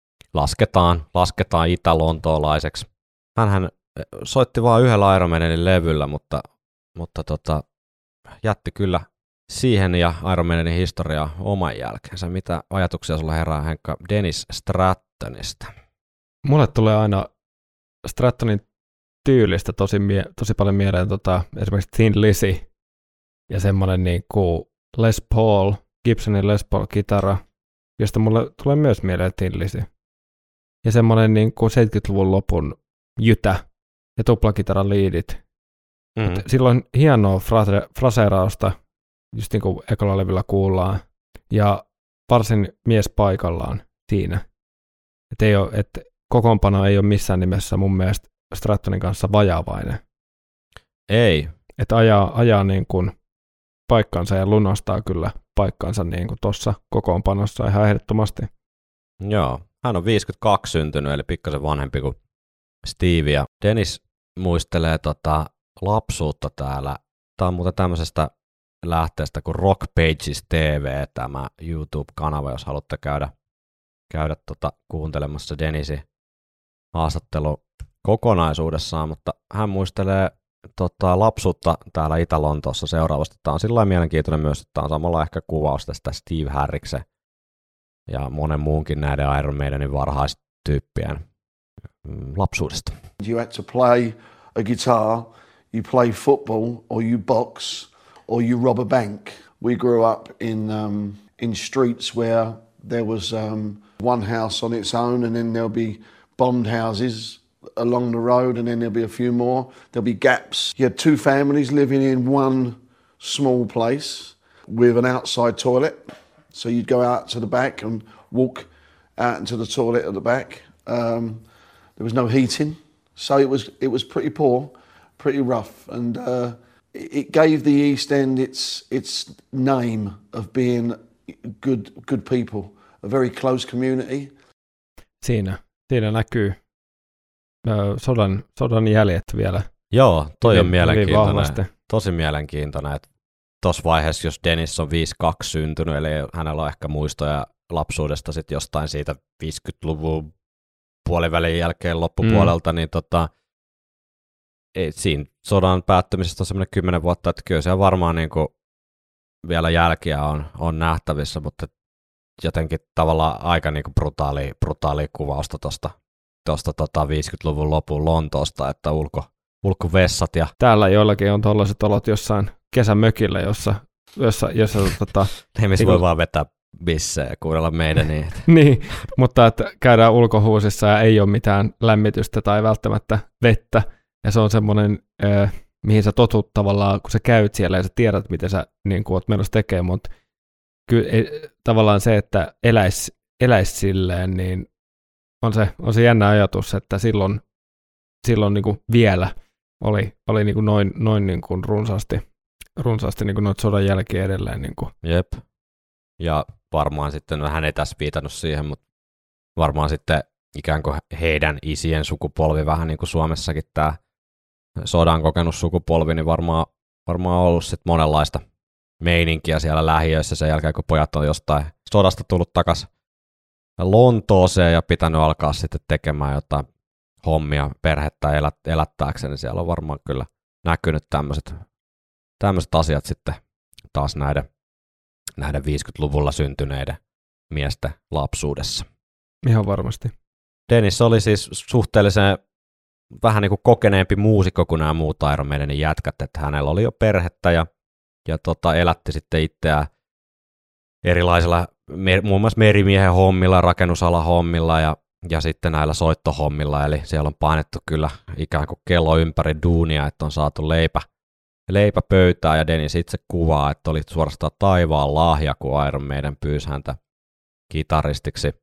lasketaan itä-lontoolaiseksi. Hänhän soitti vain yhdellä Iron Maidenin levyllä, mutta jätti kyllä siihen ja Iron Maidenin historiaa oman jälkeensä. Mitä ajatuksia sulla herää, Henkka, Dennis Strattonista? Mulle tulee aina Strattonin tyylistä tosi paljon mieleen esimerkiksi Thin Lizzy ja semmoinen niin kuin Les Paul, Gibsonin Les Paul-kitara, josta mulle tulee myös mieleen Thin Lizzy. Ja semmoinen niin kuin 70-luvun lopun jytä ja tuplakitaran liidit. Mm-hmm. Silloin hienoa fraseerausta, just niin kuin ekalla levyllä ja varsin mies paikallaan siinä. Että kokoonpano ei ole missään nimessä mun mielestä Strattonin kanssa vajavainen. Ei. Että ajaa niin kuin paikkansa ja lunastaa kyllä paikkansa niin kuin tuossa kokoonpanossa ihan ehdottomasti. Joo, hän on 52 syntynyt, eli pikkasen vanhempi kuin Steve. Ja Dennis muistelee lapsuutta täällä. Tämä on muuten tämmöisestä lähteestä kuin Rock Pages TV, tämä YouTube-kanava, jos haluatte käydä kuuntelemassa Dennisin haastattelu kokonaisuudessaan, mutta hän muistelee lapsuutta täällä Itä-Lontoossa seuraavasti. Tämä on sillä lailla mielenkiintoinen myös, että tämä on samalla ehkä kuvaus tästä Steve Harriksen ja monen muunkin näiden Iron Maidenin varhaistyyppien lapsuudesta. You had to play a guitar, you play football or you box or you rob a bank. We grew up in streets where there was one house on its own, and then there'll be bombed houses along the road, and then there'll be a few more. There'll be gaps. You had two families living in one small place with an outside toilet. So you'd go out to the back and walk out into the toilet at the back. There was no heating, so it was pretty poor, pretty rough, and it gave the East End its name of being good people, a very close community. Siinä näkyy sodan jäljet vielä. Joo, toi on hyvin mielenkiintoinen. vahvasti. Tosi mielenkiintoinen, että tuossa vaiheessa, jos Dennis on 52 syntynyt, eli hänellä on ehkä muistoja lapsuudesta sitten jostain siitä 50-luvun puolivälin jälkeen loppupuolelta, niin siinä sodan päättymisestä on semmoinen 10 vuotta, että kyllä siellä varmaan niinku vielä jälkiä on nähtävissä, mutta jotenkin tavallaan aika niinku brutaalia kuvausta tuosta 50-luvun lopun Lontoosta, että ulkovessat ja... Täällä joillakin on tollaiset olot jossain kesämökillä, jossa missä voi vaan vetää bissejä ja kuunnella meidän niin. Niin, mutta että käydään ulkohuusissa ja ei ole mitään lämmitystä tai välttämättä vettä, ja se on semmoinen, mihin sä totut tavallaan, kun sä käyt siellä ja sä tiedät, miten sä niin oot menossa tekemään, mutta kyllä tavallaan se, että eläisi silleen, niin on se jännä ajatus, että silloin niin kuin vielä oli niin kuin noin niin kuin runsaasti niin kuin noita sodan jälkiä edelleen. Niin kuin. Jep. Ja varmaan sitten, hän ei tässä viitannut siihen, mutta varmaan sitten ikään kuin heidän isien sukupolvi, vähän niin kuin Suomessakin tämä sodan kokenut sukupolvi, niin varmaan on ollut sitten monenlaista meininkiä siellä lähiöissä sen jälkeen, kun pojat on jostain sodasta tullut takaisin Lontooseen ja pitänyt alkaa sitten tekemään jotain hommia perhettä elättääkseen, niin siellä on varmaan kyllä näkynyt tämmöiset asiat sitten taas näiden 50-luvulla syntyneiden miesten lapsuudessa. Ihan varmasti. Dennis oli siis suhteellisen vähän niin kuin kokeneempi muusikko kuin nämä muut Iron Maidenin jätkät, että hänellä oli jo perhettä ja elätti sitten itseään erilaisilla, muun muassa merimiehen hommilla, rakennusalan hommilla ja sitten näillä soittohommilla, eli siellä on painettu kyllä ikään kuin kello ympäri duunia, että on saatu leipä pöytään, ja Dennis itse kuvaa, että oli suorastaan taivaan lahja, kun Iron Maiden pyysi häntä kitaristiksi.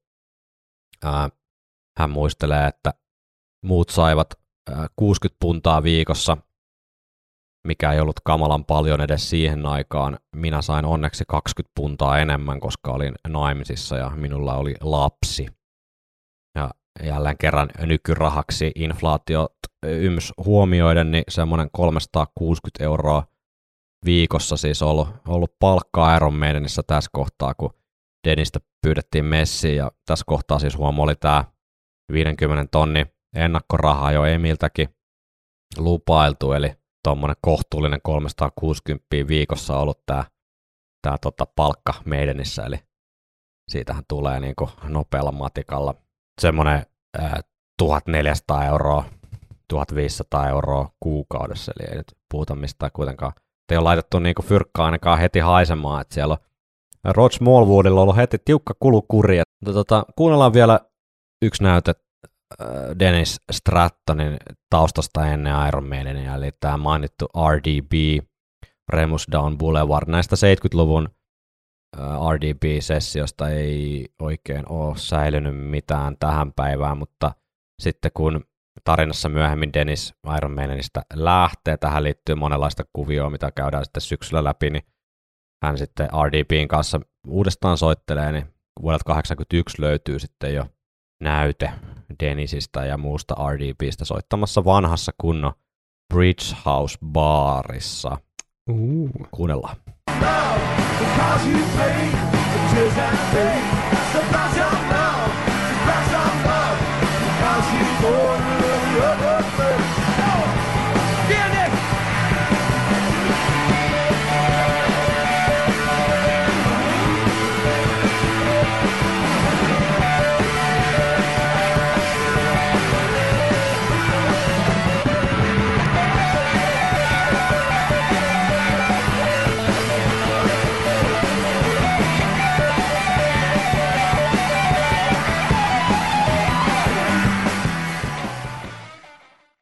Hän muistelee, että muut saivat 60 puntaa viikossa, mikä ei ollut kamalan paljon edes siihen aikaan. Minä sain onneksi 20 puntaa enemmän, koska olin naimisissa ja minulla oli lapsi. Ja jälleen kerran nykyrahaksi inflaatio huomioiden, niin semmoinen 360 € viikossa siis ollut palkkaa Iron Maidenissä tässä kohtaa, kun Dennistä pyydettiin messiin, ja tässä kohtaa siis oli tämä 50 tonnin ennakkoraha jo Emiltäkin lupailtu, eli tuommoinen kohtuullinen 360 viikossa ollut tämä palkka Maidenissä, eli siitähän tulee niin kuin nopealla matikalla semmoinen 1400 €, 1500 € kuukaudessa, eli ei nyt puhuta mistään kuitenkaan. Ei ole laitettu niin kuin fyrkkaa ainakaan heti haisemaan, että siellä on Rod Smallwoodilla ollut heti tiukka kulukuri. Kuunnellaan vielä yksi näyte Dennis Strattonin taustasta ennen Iron Maidenia, eli tämä mainittu RDB, Remus Down Boulevard. Näistä 70-luvun RDB-sessiosta ei oikein ole säilynyt mitään tähän päivään, mutta sitten kun tarinassa myöhemmin Dennis Iron Maidenistä lähtee, tähän liittyy monenlaista kuvioa, mitä käydään sitten syksyllä läpi, niin hän sitten RDB:n kanssa uudestaan soittelee, niin vuodelta 1981 löytyy sitten jo näyte Dennisistä ja muusta RDB:stä soittamassa vanhassa kunnon Bridge House baarissa. Kuunnellaan.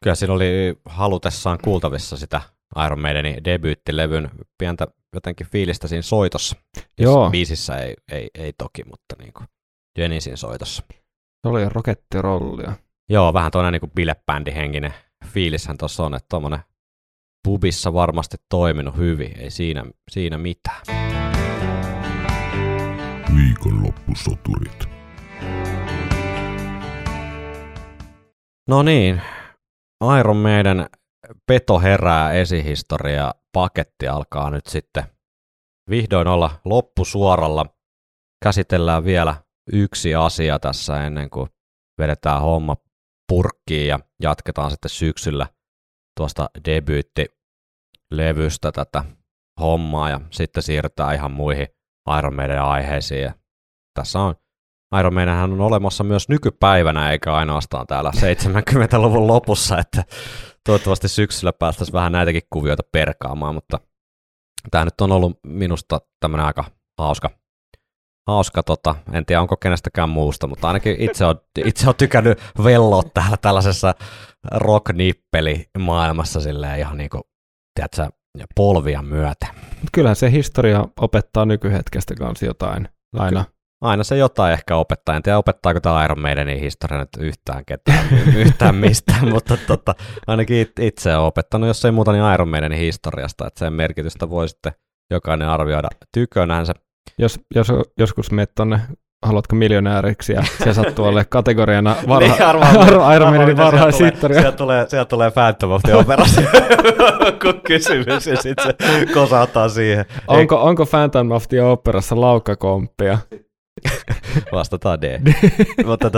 Kyllä siinä oli halutessaan kuultavissa sitä Iron Maidenin debyyttilevyn pientä jotenkin fiilistä siinä soitossa. Joo. Biisissä ei toki, mutta niin kuin Denisin soitossa. Se oli rokettirollia. Joo, vähän toinen niin kuin bilebändihenkinen fiilishän tuossa on, että tuommoinen pubissa varmasti toiminut hyvin, ei siinä mitään. Viikonloppusoturit. No niin, Iron Maiden peto herää esihistoria, paketti alkaa nyt sitten vihdoin olla loppusuoralla. Käsitellään vielä yksi asia tässä ennen kuin vedetään homma purkkiin ja jatketaan sitten syksyllä tuosta debyyttilevystä tätä hommaa ja sitten siirrytään ihan muihin Iron Maiden aiheisiin. Ja tässä on Iron Maidenhän on olemassa myös nykypäivänä eikä ainoastaan täällä 70-luvun lopussa, että toivottavasti syksyllä päästäisiin vähän näitäkin kuvioita perkaamaan, mutta tämä nyt on ollut minusta tämmöinen aika hauska, en tiedä onko kenestäkään muusta, mutta ainakin itse on tykännyt velloa täällä tällaisessa rock-nippeli-maailmassa silleen ihan niin kuin, tiedätkö, polvia myöten. Mutta kyllähän se historia opettaa nykyhetkestä kanssa jotain aina. Aina se jotain ehkä opettaa. En tiedä, opettaako tämä Iron Maidenin historia nyt yhtään mistään, mutta ainakin itse olen opettanut, jos ei muuta, niin Iron Maidenin historiasta, että sen merkitystä voi sitten jokainen arvioida tykönänsä. Jos joskus menet tonne, haluatko miljonääriksi ja se sattuu alle kategoriana Iron Maidenin varhaishistoria. Sieltä tulee Phantom of the Opera kun kysymys ja sitten se kosataan siihen. Onko Phantom of the Operassa laukkakomppia? Vastataan D. Mutta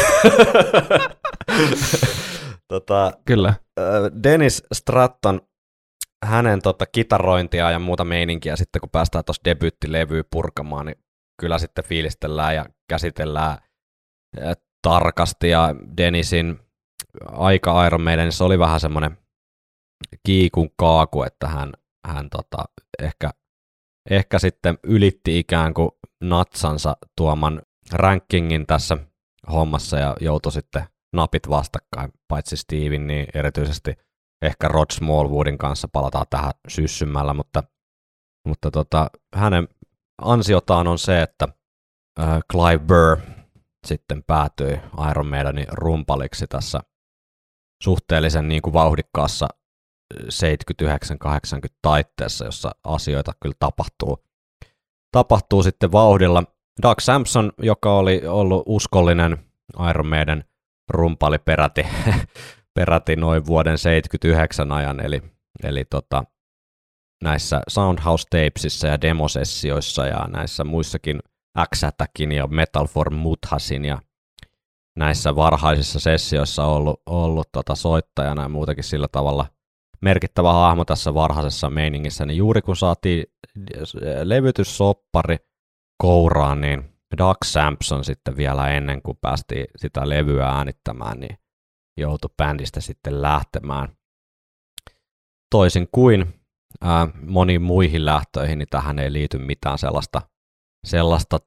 Kyllä. Dennis Stratton, hänen kitarointia ja muuta meininkiä sitten kun päästään tuossa debyyttilevyyn purkamaan, niin kyllä sitten fiilistellään ja käsitellään tarkasti ja Dennisin aika Iron Maidenissä oli vähän semmoinen kiikun kaaku, että hän ehkä sitten ylitti ikään kuin natsansa tuoman rankingin tässä hommassa ja joutui sitten napit vastakkain, paitsi Steven, niin erityisesti ehkä Rod Smallwoodin kanssa palataan tähän syssymällä, mutta hänen ansiotaan on se, että Clive Burr sitten päätyi Iron Maidenin rumpaliksi tässä suhteellisen niin kuin vauhdikkaassa 79-80 taitteessa, jossa asioita kyllä tapahtuu sitten vauhdilla. Doug Sampson, joka oli ollut uskollinen Iron Maiden rumpali peräti noin vuoden 79 ajan, eli näissä Soundhouse Tapesissa ja demosessioissa ja näissä muissakin X-Attackin ja Metal for Muthasin ja näissä varhaisissa sessioissa ollut soittajana ja muutenkin sillä tavalla merkittävä hahmo tässä varhaisessa meiningissä, niin juuri kun saatiin levytyssoppari kouraan, niin Doug Sampson sitten vielä ennen kuin päästiin sitä levyä äänittämään, niin joutui bändistä sitten lähtemään. Toisin kuin moniin muihin lähtöihin, niin tähän ei liity mitään sellaista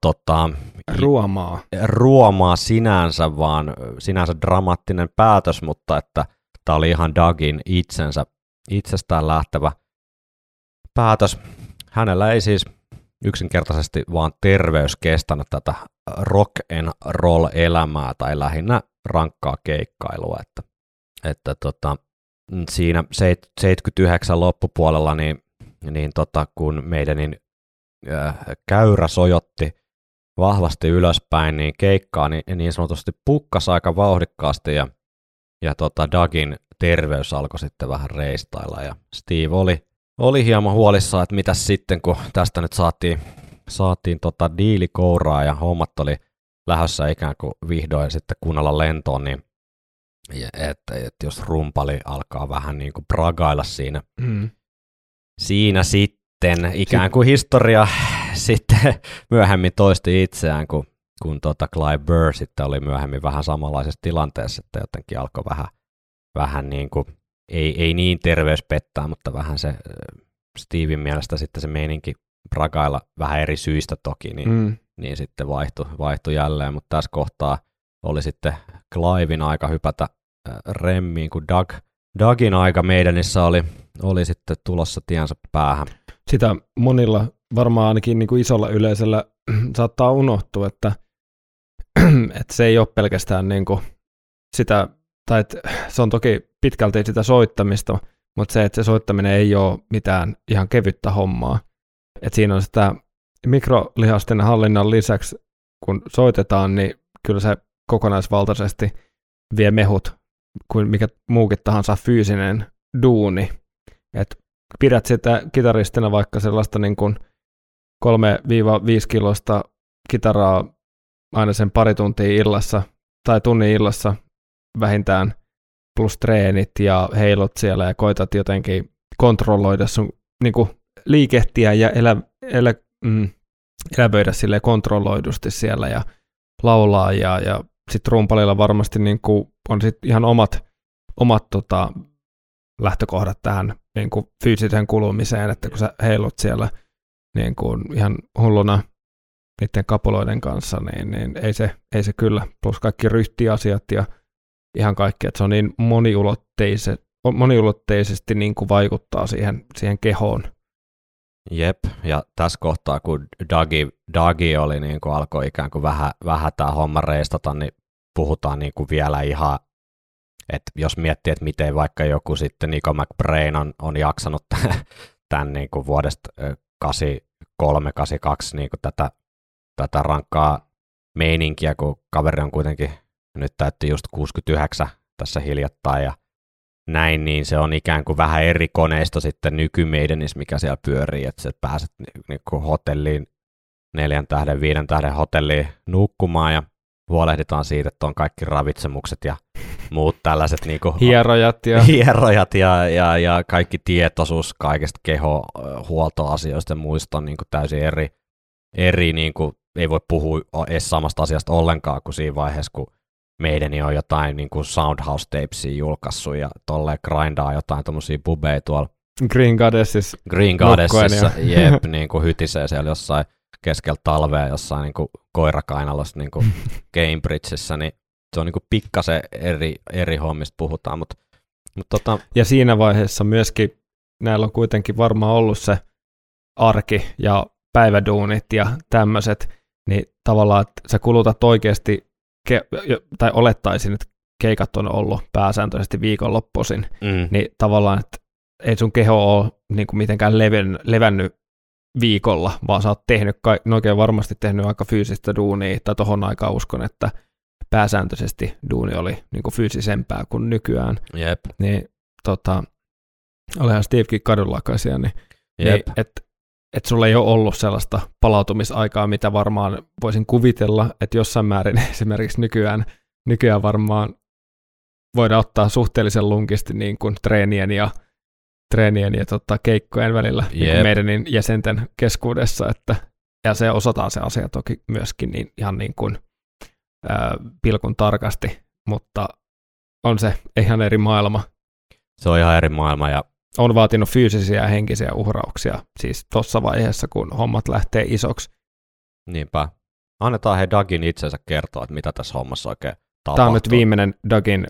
ruomaa sinänsä, vaan sinänsä dramaattinen päätös, mutta että tämä oli ihan Dougin itsestään lähtevä päätös. Hänellä ei siis yksinkertaisesti vaan terveys kestänyt tätä rock and roll elämää tai lähinnä rankkaa keikkailua, että siinä 79 loppupuolella kun meidänin käyrä sojotti vahvasti ylöspäin, niin keikkaa niin sanotusti pukkasi aika vauhdikkaasti ja Dougin terveys alkoi sitten vähän reistailla ja Steve oli hieman huolissaan, että mitäs sitten, kun tästä nyt saatiin diili kouraa ja hommat oli lähdössä ikään kuin vihdoin sitten kunnolla lentoon, niin että jos rumpali alkaa vähän niin kuin bragailla siinä sitten ikään kuin historia sitten myöhemmin toisti itseään, kun Clive Burr sitten oli myöhemmin vähän samanlaisessa tilanteessa, että jotenkin alkoi vähän niin kuin, ei niin terveys pettää, mutta vähän se Steven mielestä sitten se meininki bragailla vähän eri syistä toki, niin sitten vaihtui jälleen, mutta tässä kohtaa oli sitten Cliven aika hypätä remmiin, kun Doug Dagin aika Maidenissä oli sitten tulossa tiensä päähän. Sitä monilla, varmaan ainakin niin kuin isolla yleisöllä saattaa unohtua, että se ei ole pelkästään niin kuin sitä, tai että se on toki pitkälti sitä soittamista, mutta se, että se soittaminen ei ole mitään ihan kevyttä hommaa. Että siinä on sitä mikrolihasten hallinnan lisäksi, kun soitetaan, niin kyllä se kokonaisvaltaisesti vie mehut kuin mikä muukin tahansa fyysinen duuni. Et pidät sitä kitaristina vaikka sellaista niin kuin 3-5 kilosta kitaraa aina sen pari tuntia illassa tai tunnin illassa vähintään plus treenit ja heilot siellä ja koitat jotenkin kontrolloida sun niin kuin liikehtiä ja elävöidä silleen kontrolloidusti siellä ja laulaa ja sitten rumpalilla varmasti niin kuin on sit ihan omat lähtökohdat tähän niin kuin fyysiseen kulumiseen, että kun sä heilut siellä niin kuin ihan hulluna niiden kapuloiden kanssa, niin ei se kyllä, plus kaikki ryhtiasiat ja ihan kaikki, että se on niin moniulotteisesti niin kuin vaikuttaa siihen kehoon. Jep, ja tässä kohtaa, kun Dagi oli niin kuin alkoi ikään kuin vähän tämä homma reistata, niin puhutaan niin kuin vielä ihan, että jos miettii, että miten vaikka joku sitten Nico McBrain on jaksanut tämän niin kuin vuodesta 83-82 niin kuin tätä rankkaa meininkiä, kun kaveri on kuitenkin nyt täytti just 69 tässä hiljattain ja näin, niin se on ikään kuin vähän eri koneisto sitten nykymeidenissä, mikä siellä pyörii, että sä pääset niinku hotelliin 4 tähden, 5 tähden hotelliin nukkumaan ja huolehditaan siitä, että on kaikki ravitsemukset ja muut tällaiset niinku hierojat ja kaikki tietoisuus kaikesta kehohuoltoasioista ja muista on niinku täysin eri niinku, ei voi puhua edes samasta asiasta ollenkaan kuin siinä vaiheessa, kun meidän on jotain niin kuin Soundhouse-tapesia julkaissut ja tolleen grindaa jotain tommosia bubeja tuolla Green Goddessissa, jep, niin kuin hytisee siellä jossain keskellä talvea jossain niin kuin koirakainalossa niin kuin Cambridgeissa, niin se on niin kuin pikkasen eri hommista puhutaan. Mutta ja siinä vaiheessa myöskin näillä on kuitenkin varmaan ollut se arki ja päiväduunit ja tämmöiset, niin tavallaan, että sä kulutat oikeasti tai olettaisin, että keikat on ollut pääsääntöisesti viikonloppuisin, niin tavallaan, että ei sun keho ole niin kuin mitenkään levännyt viikolla, vaan sä oot oikein varmasti tehnyt aika fyysistä duunia, tai tohon aikaan uskon, että pääsääntöisesti duuni oli niin kuin fyysisempää kuin nykyään. Jep. Niin olihan Stevekin kadunlakaisia, niin että sulla ei ole ollut sellaista palautumisaikaa, mitä varmaan voisin kuvitella, että jossain määrin esimerkiksi nykyään varmaan voidaan ottaa suhteellisen lunkisti niin kuin treenien ja keikkojen välillä niin kuin meidän jäsenten keskuudessa, ja se osataan se asia toki myöskin niin ihan niin kuin pilkun tarkasti, mutta on se ihan eri maailma. Se on ihan eri maailma ja on vaatinut fyysisiä ja henkisiä uhrauksia, siis tuossa vaiheessa, kun hommat lähtee isoksi. Niinpä. Annetaan Dagin itsensä kertoa, että mitä tässä hommassa oikein tapahtuu. Tämä on nyt viimeinen Dagin.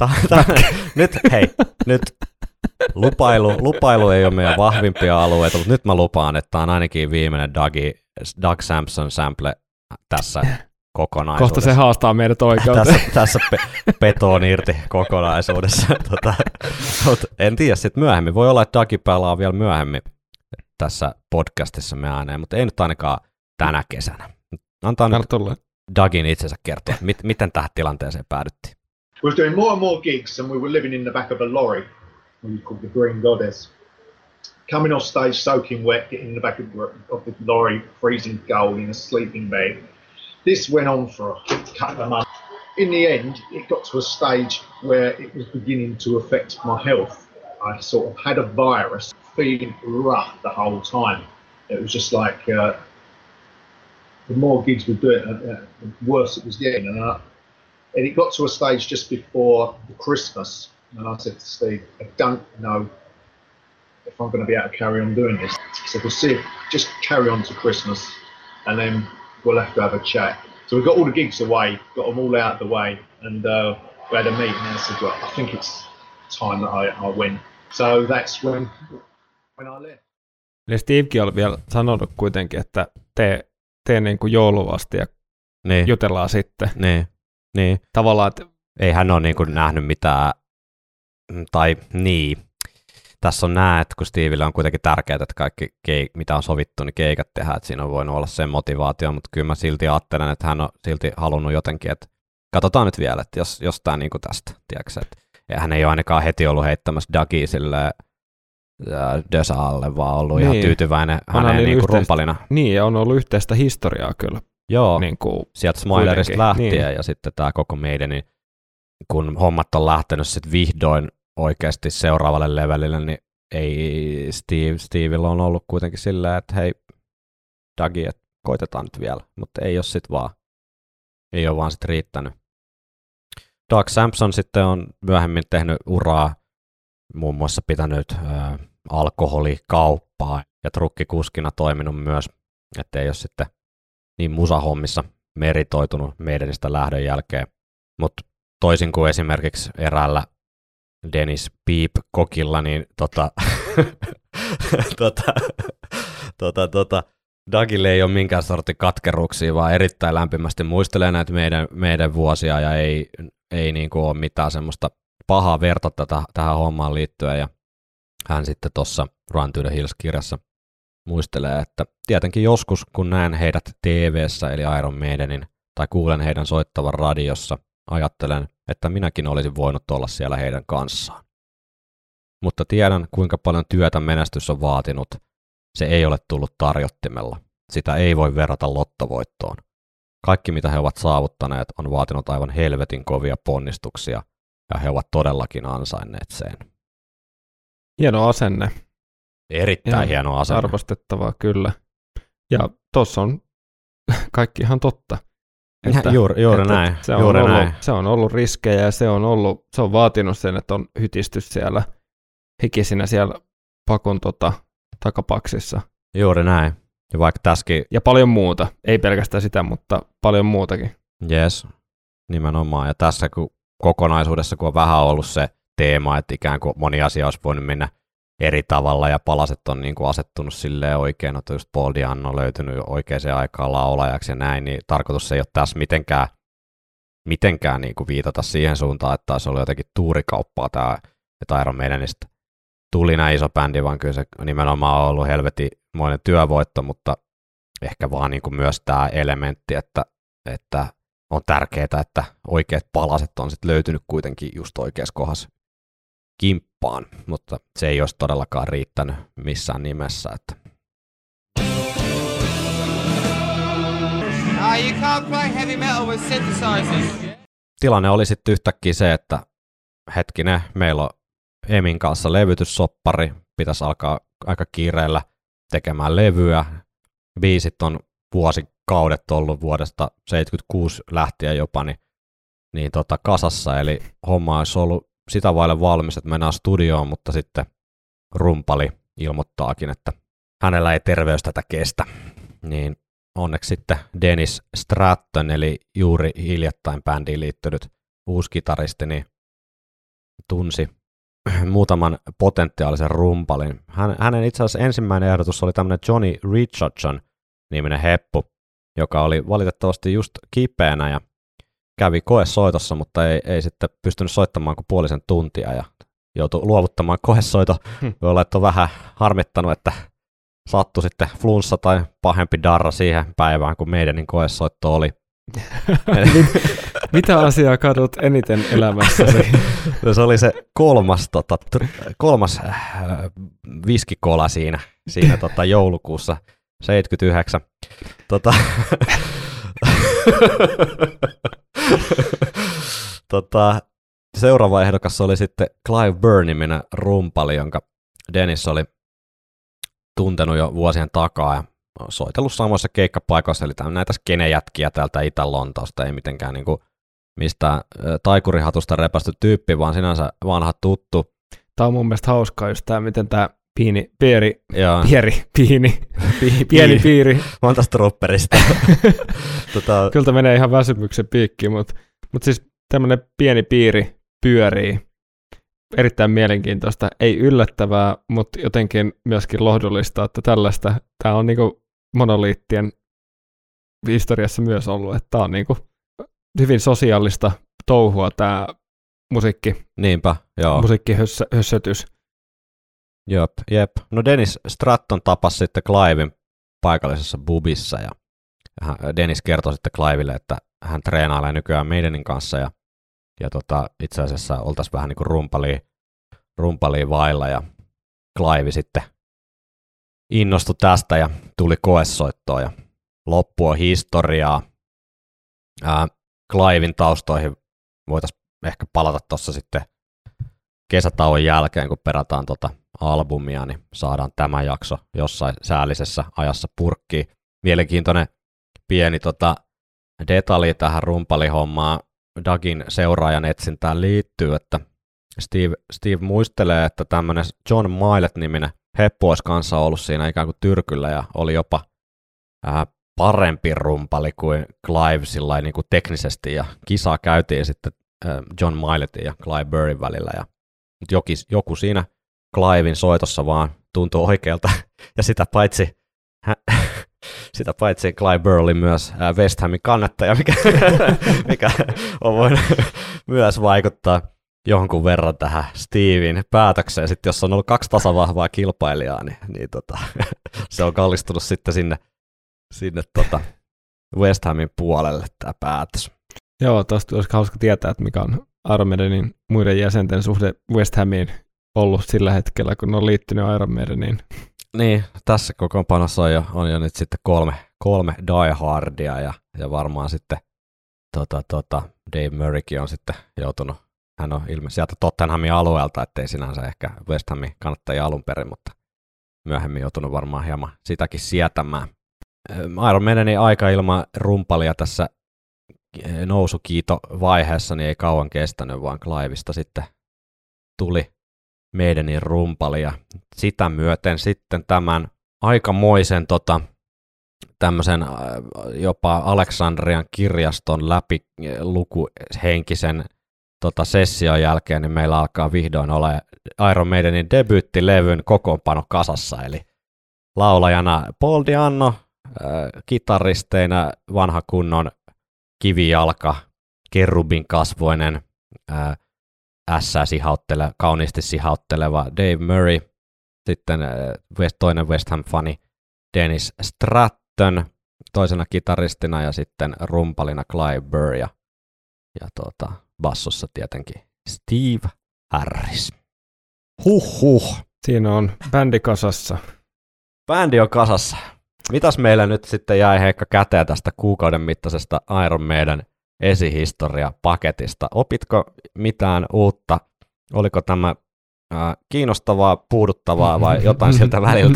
Nyt lupailu ei ole meidän vahvimpia alueita, mutta nyt mä lupaan, että tämä on ainakin viimeinen Doug Sampson sample tässä kokonaisuudessa. Kohta se haastaa meidät oikeuteen. Tässä petoon irti kokonaisuudessa. En tiedä sitten myöhemmin. Voi olla, että Dagi pelaa vielä myöhemmin tässä podcastissa me ääneen, mutta ei nyt ainakaan tänä kesänä. Antaa nyt Dagin itsensä kertoa, miten tähän tilanteeseen päädyttiin. We were doing more and more gigs and we were living in the back of a lorry called the Green Goddess. Coming off stage soaking wet, getting in the back of the lorry, freezing cold in a sleeping bag. This went on for a couple of months. In the end, it got to a stage where it was beginning to affect my health. I sort of had a virus, feeling rough the whole time. It was just like the more gigs we do it, the worse it was getting. And it got to a stage just before Christmas, and I said to Steve, I don't know if I'm going to be able to carry on doing this. So we'll see, just carry on to Christmas, and then we'll have to have a chat. So we got all the gigs away, got them all out of the way, and we had a meeting and I said, well, I think it's time that I went. So that's when I left. Eli Stevekin oli vielä sanonut kuitenkin, että tee niin kuin jouluvasti ja Niin, jutellaan sitten. niin. Tavallaan, että Ei hän ole niin kuin nähnyt mitään, tai niin. Tässä on nää, että kun Stevelle on kuitenkin tärkeää, että kaikki, mitä on sovittu, niin keikat tehdään, että siinä on voinut olla sen motivaatio, mutta kyllä mä silti ajattelen, että hän on silti halunnut jotenkin, että katsotaan nyt vielä, että jos tämä niin kuin tästä, tiedätkö, että hän ei ole ainakaan heti ollut heittämässä Dougie silleen Dösaalle, vaan ollut ihan tyytyväinen häneen niin kuin rumpalina. Niin, ja on ollut yhteistä historiaa kyllä. Joo, niin kuin sieltä Smilerista lähtien niin. Ja sitten tämä koko meidän, niin kun hommat on lähtenyt sitten vihdoin oikeasti seuraavalle levelille, niin ei Stevellä on ollut kuitenkin silleen, että hei Dougie, että koitetaan nyt vielä, mutta ei ole sitten vaan, ei ole vaan sitten riittänyt. Doug Sampson sitten on myöhemmin tehnyt uraa, muun muassa pitänyt alkoholikauppaa ja trukkikuskina toiminut myös, että ei ole sitten niin musahommissa meritoitunut meidänistä lähdön jälkeen, mutta toisin kuin esimerkiksi eräällä Dennis Peep-kokilla, niin Dougille ei ole minkään sortin katkeruuksia, vaan erittäin lämpimästi muistelee näitä meidän vuosia ja ei niin kuin ole mitään semmoista pahaa verta tähän hommaan liittyen. Ja hän sitten tuossa Run to the Hills-kirjassa muistelee, että tietenkin joskus, kun näen heidät TV:ssä, eli Iron Maidenin, tai kuulen heidän soittavan radiossa, ajattelen, että minäkin olisin voinut olla siellä heidän kanssaan. Mutta tiedän, kuinka paljon työtä menestys on vaatinut. Se ei ole tullut tarjottimella. Sitä ei voi verrata lottovoittoon. Kaikki, mitä he ovat saavuttaneet, on vaatinut aivan helvetin kovia ponnistuksia, ja he ovat todellakin ansainneet sen. Hieno asenne. Erittäin hieno asenne. Arvostettavaa, kyllä. Ja tuossa on kaikki ihan totta. Että, juuri näin. Se on ollut riskejä ja se on vaatinut sen, että on hytisty siellä hikisinä siellä pakon takapaksissa. Juuri näin. Ja vaikka tässäkin... Ja paljon muuta. Ei pelkästään sitä, mutta paljon muutakin. Yes, nimenomaan. Ja tässä kokonaisuudessa, kun on vähän ollut se teema, että ikään kuin moni asia olisi voinut mennä eri tavalla ja palaset on niin kuin asettunut silleen oikein, että just Paul Di'Anno on löytynyt oikeaan aikaan laulajaksi ja näin, niin tarkoitus ei ole tässä mitenkään niin kuin viitata siihen suuntaan, että taisi olla jotenkin tuurikauppaa tämä, että Iron Maidenistä tuli näin iso bändi, vaan kyllä se nimenomaan on ollut helvetimoinen työvoitto, mutta ehkä vaan niin kuin myös tämä elementti, että on tärkeää, että oikeat palaset on sitten löytynyt kuitenkin just oikeassa kohdassa kimppaan, mutta se ei olisi todellakaan riittänyt missään nimessä. Että. You can't play heavy metal with synthesizers. Tilanne oli sitten yhtäkkiä se, että hetkinen, meillä on Emin kanssa levytyssoppari, pitäisi alkaa aika kiireellä tekemään levyä. Biisit on vuosikaudet ollut vuodesta 76 lähtien jopa niin kasassa, eli homma olisi ollut sitä vaille valmis, että mennään studioon, mutta sitten rumpali ilmoittaakin, että hänellä ei terveys tätä kestä. Niin onneksi sitten Dennis Stratton, eli juuri hiljattain bändiin liittynyt uusi kitaristi, niin tunsi muutaman potentiaalisen rumpalin. Hänen itse asiassa ensimmäinen ehdotus oli tämmöinen Johnny Richardson-niminen heppu, joka oli valitettavasti just kipeänä ja kävi koesoitossa, mutta ei sitten pystynyt soittamaan kuin puolisen tuntia ja joutui luovuttamaan koesoito. Voi olla, että on vähän harmittanut, että sattui sitten flunssa tai pahempi darra siihen päivään, kun meidänin koesoitto oli. Mitä asiaa kadut eniten elämässäsi? Se oli se kolmas viskikola siinä joulukuussa 79. Seuraava ehdokas oli sitten Clive Burr-niminen rumpali, jonka Dennis oli tuntenut jo vuosien takaa ja soitellut samoissa keikkapaikoissa, eli näitä skenejätkiä täältä Itä-Lontoosta, ei mitenkään niin kuin mistään taikurihatusta repästy tyyppi, vaan sinänsä vanha tuttu. Tämä on mun mielestä hauskaa just tämä, miten tämä pieni piiri. Monta strupperista. Kyllä tämä menee ihan väsymyksen piikkiin, mutta siis tämmöinen pieni piiri pyörii erittäin mielenkiintoista, ei yllättävää, mutta jotenkin myöskin lohdullista, että tämä on niinku monoliittien historiassa myös ollut, että tämä on niinku hyvin sosiaalista touhua tämä Niinpä, joo. musiikkihössötys. Jep. No Dennis Stratton tapasi sitten Cliven paikallisessa bubissa ja Dennis kertoi sitten Clivelle, että hän treenailee nykyään Maidenin kanssa ja itse asiassa oltaisiin vähän niin kuin rumpalia vailla ja Clive sitten innostui tästä ja tuli koesoittoon ja loppu on historiaa. Cliven taustoihin voitaisiin ehkä palata tuossa sitten kesätauon jälkeen, kun perataan albumia, niin saadaan tämä jakso jossain säällisessä ajassa purkkiin. Mielenkiintoinen pieni detalji tähän rumpalihommaan Dougin seuraajan etsintään liittyy, että Steve muistelee, että tämmöinen John Milet-niminen heppu olisi kanssa ollut siinä ikään kuin tyrkyllä ja oli jopa parempi rumpali kuin Clive sillain niin kuin teknisesti ja kisaa käytiin sitten John Miletin ja Clive Burrin välillä mutta joku siinä Cliven soitossa vaan tuntui oikealta ja sitä paitsi Clive Burr oli myös West Hamin kannattaja, mikä on voinut myös vaikuttaa jonkun verran tähän Steven päätökseen. Sitten jos on ollut 2 tasavahvaa kilpailijaa, niin se on kallistunut sitten sinne West Hamin puolelle tämä päätös. Joo, tuosta olisi hauska tietää, että mikä on Iron Maidenin muiden jäsenten suhde West Hamiin ollut sillä hetkellä, kun ne on liittynyt Iron Maideniin. Niin, tässä kokoonpanossa on jo nyt sitten kolme Die Hardia ja varmaan sitten Dave Murraykin on sitten joutunut, hän on ilmeisesti sieltä Tottenhamin alueelta, ettei sinänsä ehkä West Hamin kannattajia alun perin, mutta myöhemmin joutunut varmaan hieman sitäkin sietämään. Iron Maidenin aika ilman rumpalia tässä nousukiitovaiheessa niin ei kauan kestänyt, vaan Clivesta sitten tuli Maidenin rumpali ja sitä myöten sitten tämän aikamoisen tämmöisen jopa Aleksandrian kirjaston läpi lukuhenkisen session jälkeen, niin meillä alkaa vihdoin olla Iron Maidenin debyyttilevyn kokoonpano kasassa, eli laulajana Paul Di'Anno, kitaristeina vanha kunnon kivijalka, kerubin kasvoinen, kauniisti sihautteleva Dave Murray, sitten toinen West Ham-fani Dennis Stratton, toisena kitaristina ja sitten rumpalina Clive Burr ja bassossa tietenkin Steve Harris. Siinä on bändi kasassa. Bändi on kasassa. Mitäs meillä nyt sitten jäi Heikka käteen tästä kuukauden mittaisesta Iron Maiden esihistoria-paketista? Opitko mitään uutta? Oliko tämä kiinnostavaa, puuduttavaa vai jotain sieltä väliltä?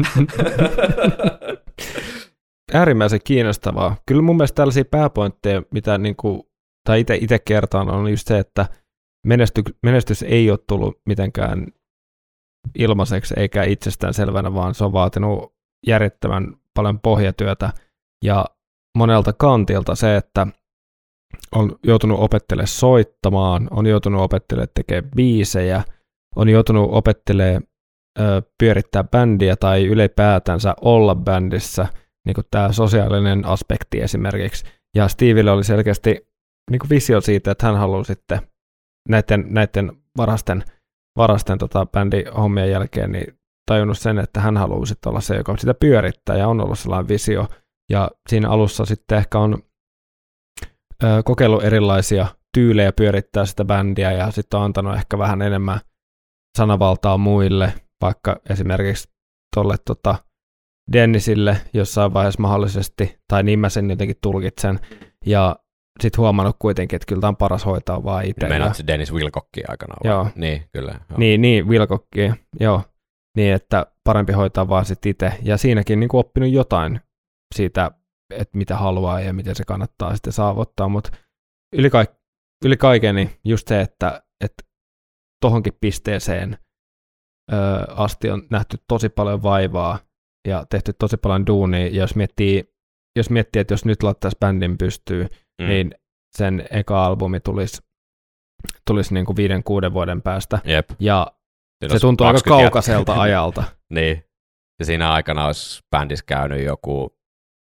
Äärimmäisen kiinnostavaa. Kyllä mun mielestä tällaisia pääpointteja, mitä tai itse kertaan, on just se, että menestys ei ole tullut mitenkään ilmaiseksi eikä itsestään selvänä, vaan se on vaatinut järjettömän paljon pohjatyötä ja monelta kantilta se, että on joutunut opettelemaan soittamaan, on joutunut opettelemaan tekemään biisejä, on joutunut opettelemaan pyörittää bändiä tai ylipäätänsä olla bändissä, niin kuin tämä sosiaalinen aspekti esimerkiksi. Ja Stevelle oli selkeästi niin kuin visio siitä, että hän haluaa sitten näiden varasten bändihommien jälkeen niin tajunnut sen, että hän haluaa sitten olla se, joka sitä pyörittää ja on ollut sellainen visio. Ja siinä alussa sitten ehkä on kokeillut erilaisia tyylejä pyörittää sitä bändiä ja sitten on antanut ehkä vähän enemmän sanavaltaa muille, vaikka esimerkiksi tuolle Dennisille jossain vaiheessa mahdollisesti, tai niin mä sen jotenkin tulkitsen, ja sitten huomannut kuitenkin, että kyllä tämä on paras hoitaa vaan itse. Meinaat se Dennis Wilcockia aikana? Joo. Niin, kyllä. Joo. Niin, Wilcockia, joo. Niin, että parempi hoitaa vaan sitten itse. Ja siinäkin niin kuin oppinut jotain siitä, että mitä haluaa ja miten se kannattaa sitten saavuttaa, mutta yli kaiken niin just se, että tohonkin pisteeseen asti on nähty tosi paljon vaivaa ja tehty tosi paljon duunia, ja jos miettii, että jos nyt laittaisi bändin pystyyn, niin sen eka albumi tulisi tulisi niin kuin 5-6 vuoden päästä. Jep. Ja Siinä se tuntuu aika 20 kaukaiselta ajalta. Niin. Ja siinä aikana olisi bändissä käynyt joku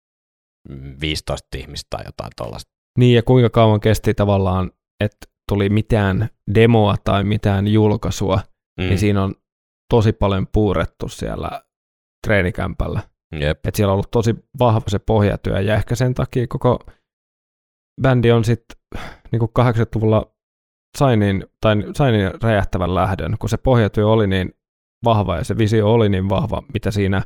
15 ihmistä tai jotain tuollaista. Niin, ja kuinka kauan kesti tavallaan, että tuli mitään demoa tai mitään julkaisua, niin siinä on tosi paljon puurettu siellä treenikämpällä. Jep. Että siellä on ollut tosi vahva se pohjatyö, ja ehkä sen takia koko bändi on sitten niin 80-luvulla sai niin räjähtävän lähdön, kun se pohjatyö oli niin vahva ja se visio oli niin vahva, mitä siinä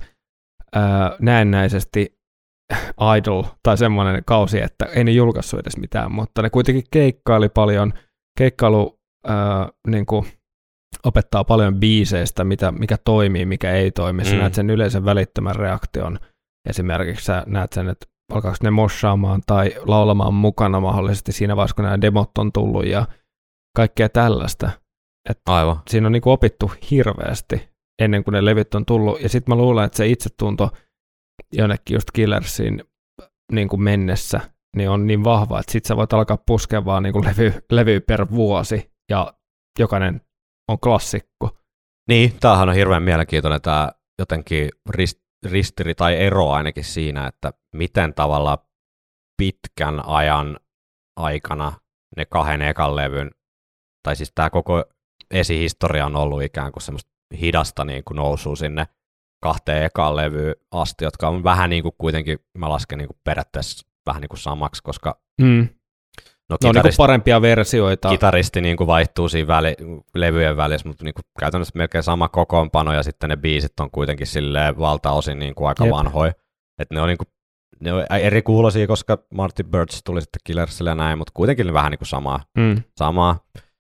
näennäisesti idol tai semmoinen kausi, että ei ne julkaissut edes mitään, mutta ne kuitenkin keikkaili paljon. Keikkailu niin kuin opettaa paljon biiseistä, mikä toimii, mikä ei toimi. Sä näet sen yleisen välittömän reaktion. Esimerkiksi sä näet sen, että alkaako ne moshaamaan tai laulamaan mukana mahdollisesti siinä vaiheessa, kun nämä demot on tullut ja kaikkea tällaista. Aivan. Siinä on niin kuin opittu hirveästi ennen kuin ne levyt on tullut. Ja sitten mä luulen, että se itsetunto jonnekin just Killersiin niin kuin mennessä niin on niin vahva, että sit sä voit alkaa puskea vaan niin kuin levy per vuosi ja jokainen on klassikko. Niin, tämähän on hirveän mielenkiintoinen tämä jotenkin ristiri tai ero ainakin siinä, että miten tavalla pitkän ajan aikana ne 2 ekan levyn, tai siis tämä koko esihistoria on ollut ikään kuin semmoista hidasta niin kuin nousua sinne 2 ekaan levyyn asti, jotka on vähän niin kuin kuitenkin, mä lasken niin kuin periaatteessa vähän niin kuin samaksi, koska no on niin kuin parempia versioita. Kitaristi niin kuin vaihtuu siinä levyjen välissä, mutta niin kuin käytännössä melkein sama kokoonpano, ja sitten ne biisit on kuitenkin silleen valtaosin niin kuin aika vanhoja. Että ne on, niin kuin, ne on eri kuulosia, koska Marty Birch tuli sitten Killersille ja näin, mutta kuitenkin vähän niin kuin samaa.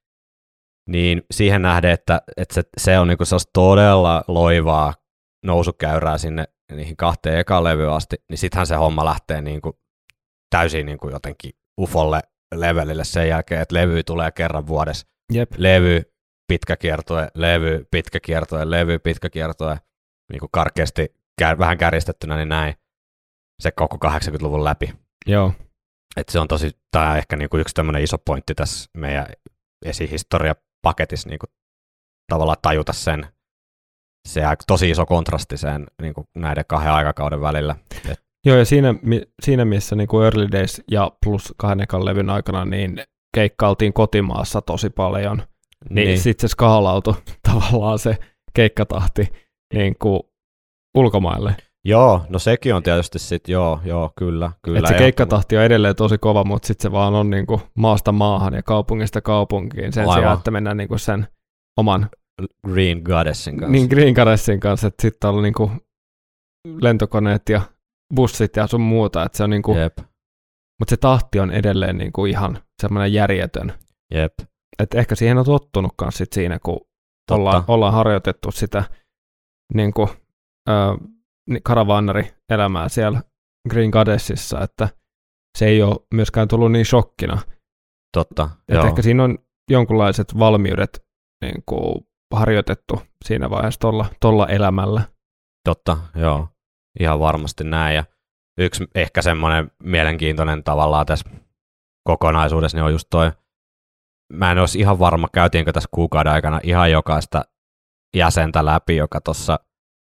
Niin siihen nähden, että se on niin kuin todella loivaa nousukäyrää sinne niihin 2 ekaan levyyn asti, niin sittenhän se homma lähtee niin kuin täysin niin kuin jotenkin ufolle levelille sen jälkeen, että levy tulee kerran vuodessa. Jep. Levy, pitkä kiertue, levy, pitkä kiertue, levy, pitkä kiertue, niin kuin karkeasti, vähän kärjistettynä, niin näin se koko 80-luvun läpi. Joo. Et se on tämä on ehkä niin kuin yksi tämmöinen iso pointti tässä meidän esihistoriapaketissa, niin kuin tavallaan tajuta sen, se tosi iso kontrasti sen niin kuin näiden 2 aikakauden välillä. Joo, ja siinä missä niin kuin Early Days ja plus 2 ekan levyn aikana niin keikkailtiin kotimaassa tosi paljon, niin sitten se skaalautui tavallaan se keikkatahti niin kuin ulkomaille. Joo, no sekin on tietysti sitten, joo, kyllä. Et se keikkatahti on edelleen tosi kova, mutta sitten se vaan on niin kuin maasta maahan ja kaupungista kaupunkiin sen sijaan, että mennään niin kuin sen oman Green Goddessin kanssa. Niin, Green Goddessin kanssa, että sitten on niin kuin lentokoneet ja bussit ja sun muuta, että se on niin kuin, mutta se tahti on edelleen niin kuin ihan semmoinen järjetön. Jep. Että ehkä siihen on tottunut kanssa sit siinä, kun ollaan harjoitettu sitä niin kuin karavannari-elämää siellä Green Goddessissa, että se ei ole myöskään tullut niin shokkina. Totta, että ehkä siinä on jonkunlaiset valmiudet niin kuin harjoitettu siinä vaiheessa tolla elämällä. Totta, joo. Ihan varmasti näin. Ja yksi ehkä semmoinen mielenkiintoinen tavallaan tässä kokonaisuudessa niin on just toi, mä en olisi ihan varma, käytiinkö tässä kuukauden aikana ihan jokaista jäsentä läpi, joka tuossa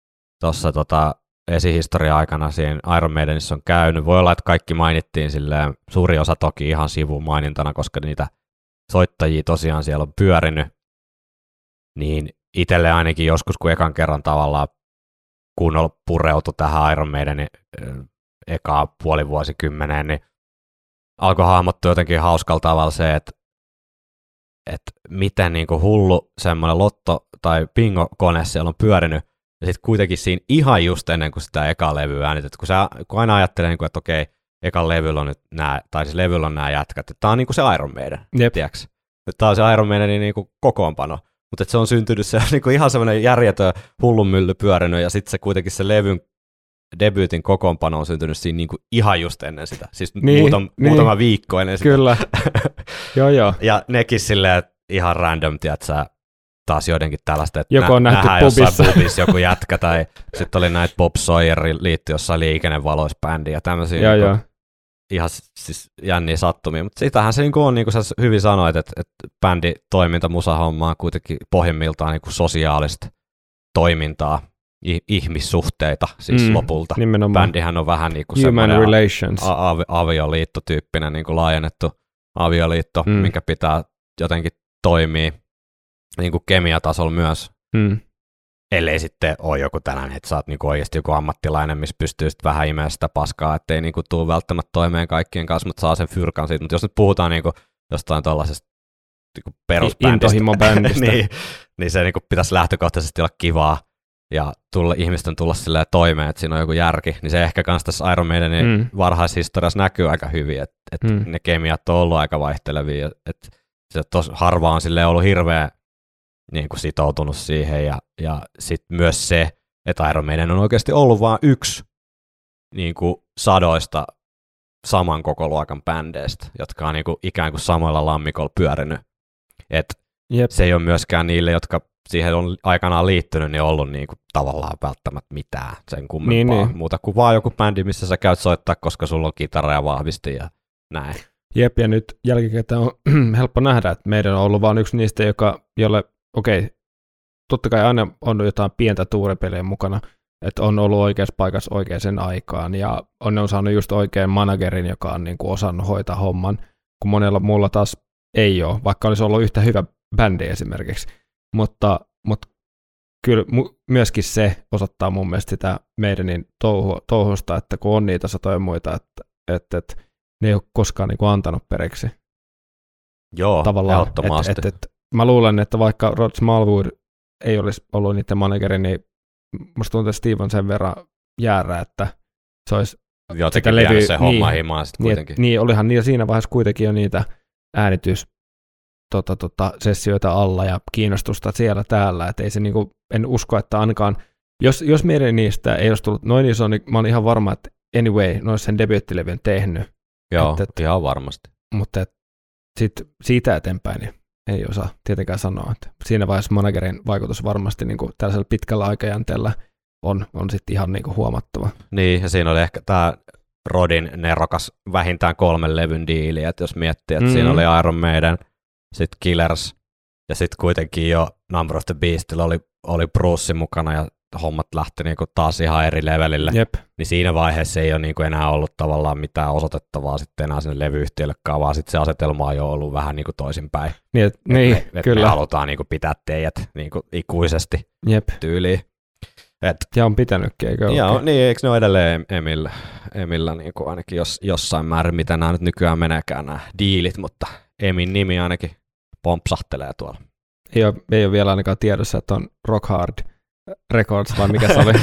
esihistoria-aikana siinä Iron Maidenissä on käynyt. Voi olla, että kaikki mainittiin silleen, suuri osa toki ihan sivun mainintana, koska niitä soittajia tosiaan siellä on pyörinyt. Niin itselle ainakin joskus, kun ekan kerran tavallaan kunnolla pureutui tähän Iron Maidenin ekaa puolivuosikymmeneen, niin alkoi hahmottua jotenkin hauskalla tavalla se, että miten niin kuin hullu semmoinen lotto- tai bingo-kone siellä on pyörinyt, ja sitten kuitenkin siinä ihan just ennen kuin sitä ekaa levyä äänitetty, kun aina ajattelee, niin kuin, että okei, ekan levyllä on nyt nämä, tai siis levyllä on nämä jätkät, että tämä on niin kuin se Iron Maiden, tiedätkö? Tämä on se Iron Maidenin niin kuin kokoonpano. Mutta se on syntynyt se niinku ihan semmoinen järjetön hullunmylly pyörinyt, ja sitten se kuitenkin se levyn debyytin kokoonpano on syntynyt siinä niinku ihan just ennen sitä. Siis muutama viikko ennen sitä. Kyllä. joo. Ja nekin silleen ihan random, tiedätkö, taas joidenkin tällaista, että joku on nähty jossain pubissa joku jätkä, tai sitten oli näitä Bob Sawyer liittyi jossain liikennevaloisbändiin ja tämmöisiä. Joo. ihan siis jänniä sattumia, mutta sitähän se niin kuin on, niin kuin sä hyvin sanoit, että bänditoiminta musahomma on kuitenkin pohjimmiltaan niin kuin sosiaalista toimintaa, ihmissuhteita siis lopulta. Nimenomaan. Bändihän on vähän niin kuin human semmoinen relations. avioliittotyyppinen niin kuin laajennettu avioliitto, minkä pitää jotenkin toimia niin kuin kemiatasolla myös. Ellei sitten ole joku tällainen, että sä oot niinku oikeasti joku ammattilainen, missä pystyy sitten vähän imeä sitä paskaa, ettei niinku tule välttämättä toimeen kaikkien kanssa, mutta saa sen fyrkan siitä. Mutta jos nyt puhutaan niinku jostain tuollaisesta niinku perusbändistä, niin se niinku pitäisi lähtökohtaisesti olla kivaa ja ihmisten tulla silleen toimeen, että siinä on joku järki. Niin se ehkä myös tässä Iron Maidenin varhaishistoriassa näkyy aika hyvin, että ne kemiat on ollut aika vaihtelevia. Että harva on silleen ollut hirveä niin kuin sitoutunut siihen, ja sitten myös se, että Iron Maiden on oikeasti ollut vain yksi niin kuin sadoista saman kokoluokan bändeistä, jotka on niin kuin ikään kuin samoilla lammikolla pyörinyt. Se ei ole myöskään niille, jotka siihen on aikanaan liittynyt, niin ollut niin kuin tavallaan välttämättä mitään sen kummempaa. Muuta kuin vaan joku bändi, missä sä käyt soittaa, koska sulla on kitara ja vahvisti ja näin. Jep, ja nyt jälkikäteen on helppo nähdä, että meidän on ollut vain yksi niistä, jolle okei, totta kai aina on jotain pientä tuuripeliä mukana, että on ollut oikeassa paikassa oikeaan aikaan, ja on saanut just oikein managerin, joka on niin kuin osannut hoitaa homman, kun monella muulla taas ei ole, vaikka olisi ollut yhtä hyvä bändi esimerkiksi. Mutta kyllä myöskin se osoittaa mun mielestä sitä meidän touhusta, että kun on niitä satoja muita, että ne ei ole koskaan niin kuin antanut periksi. Joo, ehdottomasti. Mä luulen, että vaikka Rod Smallwood ei olisi ollut niiden manageri, niin musta tuntuu, että Steve on sen verran jäärä, että se olisi jotenkin jäänyt se homma himaan sitten kuitenkin. Niin, olihan niillä siinä vaiheessa kuitenkin jo niitä sessioita alla ja kiinnostusta siellä täällä, että ei se niinku, en usko, että ainakaan, jos meidän niistä ei olisi tullut noin iso, niin mä olen ihan varma, että anyway, ne olisi sen debyyttilevyn tehnyt. Joo, ihan varmasti. Mutta sitten siitä eteenpäin, niin ei osaa tietenkään sanoa, että siinä vaiheessa managerin vaikutus varmasti niin kuin tällaisella pitkällä aikajänteellä on sitten ihan niin kuin huomattava. Niin, ja siinä oli ehkä tämä Rodin nerokas vähintään 3 levyn diili, että jos miettii, että siinä oli Iron Maiden, sitten Killers, ja sitten kuitenkin jo Number of the Beastillä oli Bruce mukana, ja hommat lähti niinku taas ihan eri levelille. Jep. Niin siinä vaiheessa ei ole niinku enää ollut tavallaan mitään osoitettavaa sitten enää sinne levyyhtiöllekaan, vaan sitten se asetelma on jo ollut vähän niinku toisinpäin. Kyllä. Me halutaan niinku pitää teidät niinku ikuisesti tyyliin. Ja on pitänytkin, eikö ole? Joo, niin eikö ne ole edelleen Emillä niinku ainakin jossain määrin, mitä nämä nyt nykyään meneekään nämä diilit, mutta Emin nimi ainakin pompsahtelee tuolla. Ei ole vielä ainakaan tiedossa, että on Rock Hard Records, vai mikä se oli?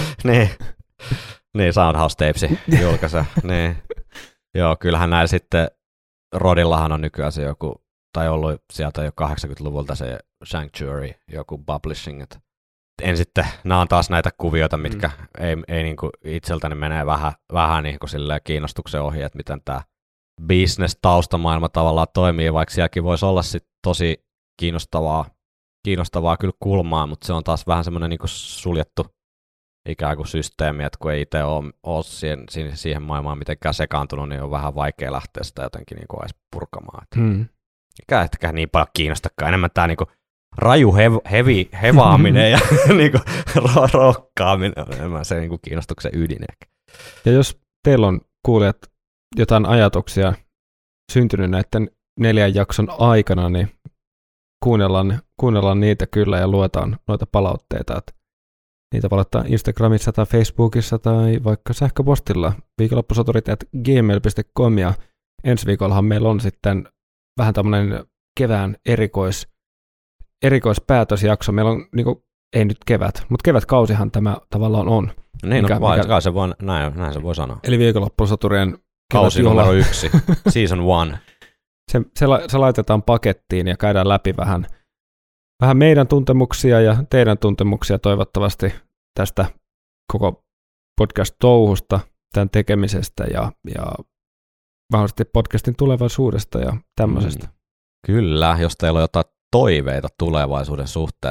niin, Soundhouse Tapesi julkaisee. Niin. Joo, kyllähän näillä sitten, Rodillahan on nykyään se joku, tai ollut sieltä jo 80-luvulta se Sanctuary, joku publishing. En sitten, nämä on taas näitä kuvioita, mitkä ei niinku itseltäni menee vähän niinku silleen kiinnostuksen ohi, että miten tämä business-taustamaailma tavallaan toimii, vaikka sielläkin voisi olla sitten tosi kiinnostavaa kyllä kulmaa, mutta se on taas vähän semmoinen niinku suljettu ikään kuin systeemi, että kun ei itse ole siihen maailmaan mitenkään sekaantunut, niin on vähän vaikea lähteä sitä jotenkin niinku edes purkamaan. Eikä ehkä niin paljon kiinnostakaan, enemmän tämä niinku raju hevaaminen ja niinku rokkaaminen on enemmän se niinku kiinnostuksen ydin ehkä. Ja jos teillä on kuulijat jotain ajatuksia syntynyt näiden 4 jakson aikana, niin kuunnellaan niitä kyllä ja luetaan noita palautteita. Että niitä voi laittaa Instagramissa tai Facebookissa tai vaikka sähköpostilla viikonloppusoturit@gmail.com, ja ensi viikollahan meillä on sitten vähän tämmöinen kevään erikoispäätösjakso. Meillä on, niinku, ei nyt kevät, mutta kevätkausihan tämä tavallaan on. Niin, kai se voi, näin se voi sanoa. Eli viikonloppusoturien kausi numero 1, season 1. Se laitetaan pakettiin ja käydään läpi vähän meidän tuntemuksia ja teidän tuntemuksia toivottavasti tästä koko podcast-touhusta, tämän tekemisestä ja mahdollisesti podcastin tulevaisuudesta ja tämmöisestä. Kyllä, jos teillä on jotain toiveita tulevaisuuden suhteen,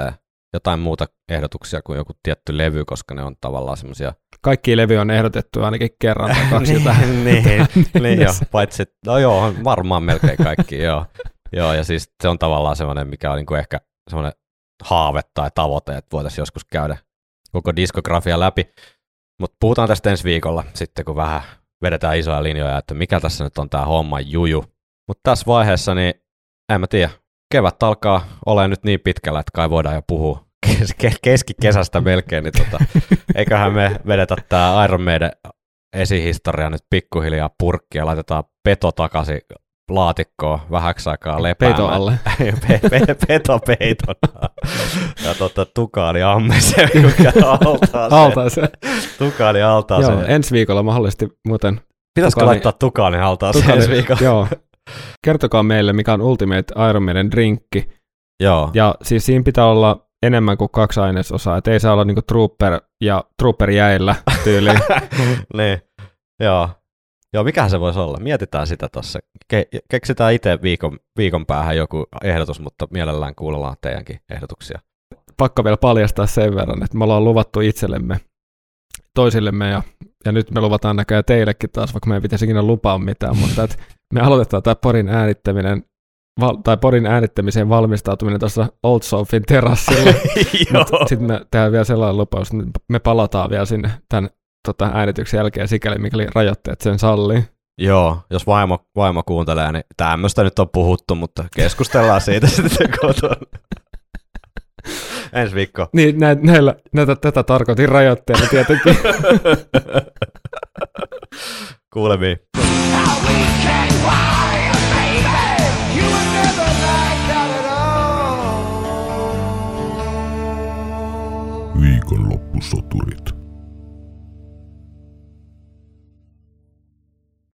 jotain muuta ehdotuksia kuin joku tietty levy, koska ne on tavallaan semmoisia... Kaikki levy on ehdotettu ainakin kerran tai kaksi niin jo, paitsi, no joo, varmaan melkein kaikki, joo. Joo, ja siis se on tavallaan semmoinen, mikä on niin kuin ehkä semmoinen haave tai tavoite, että voitaisiin joskus käydä koko diskografia läpi. Mutta puhutaan tästä ensi viikolla sitten, kun vähän vedetään isoja linjoja, että mikä tässä nyt on tämä homma juju. Mutta tässä vaiheessa, niin en mä tiedä, kevät alkaa olemaan nyt niin pitkällä, että kai voidaan jo puhua keskikesästä melkein, niin eiköhän me vedetä tämä Iron Maiden esihistoria nyt pikkuhiljaa purkkiin ja laitetaan Peto takaisin laatikkoon vähäksi aikaa lepäämään. Peto alle. Peto peiton. Ja Tukaani ammeseen, joka altaaseen. Tukaani altaaseen. Joo, ensi viikolla mahdollisesti muuten. Pitäisikö laittaa Tukaani altaaseen ensi viikolla? Joo. Kertokaa meille, mikä on Ultimate Iron Maiden drinkki. Joo. Ja siis siinä pitää olla enemmän kuin 2 ainesosaa, et ei saa olla niinku Trooper ja Trooper jäillä tyyliin. Niin, joo. Joo, mikähän se voisi olla? Mietitään sitä tuossa. Keksitään itse viikon päähän joku ehdotus, mutta mielellään kuunnellaan teidänkin ehdotuksia. Pakko vielä paljastaa sen verran, että me ollaan luvattu itsellemme, toisillemme ja nyt me luvataan näköjään teillekin taas, vaikka me ei pitäisi ikinä lupaa mitään, mutta että me aloitetaan tämä Porin äänittäminen tai Porin äänittämiseen valmistautuminen tuossa Old Sofin terassilla. Sitten me tehdään vielä sellainen lupaus, että me palataan vielä sinne tämän äänityksen jälkeen sikäli, mikäli rajoitteet sen sallii. Joo, jos vaimo kuuntelee, niin tämmöistä nyt on puhuttu, mutta keskustellaan siitä sitten kotona. Ensi viikko. Niin, tätä tarkoitin rajoitteena tietenkin. Kuulemiin. Viikonloppusoturit.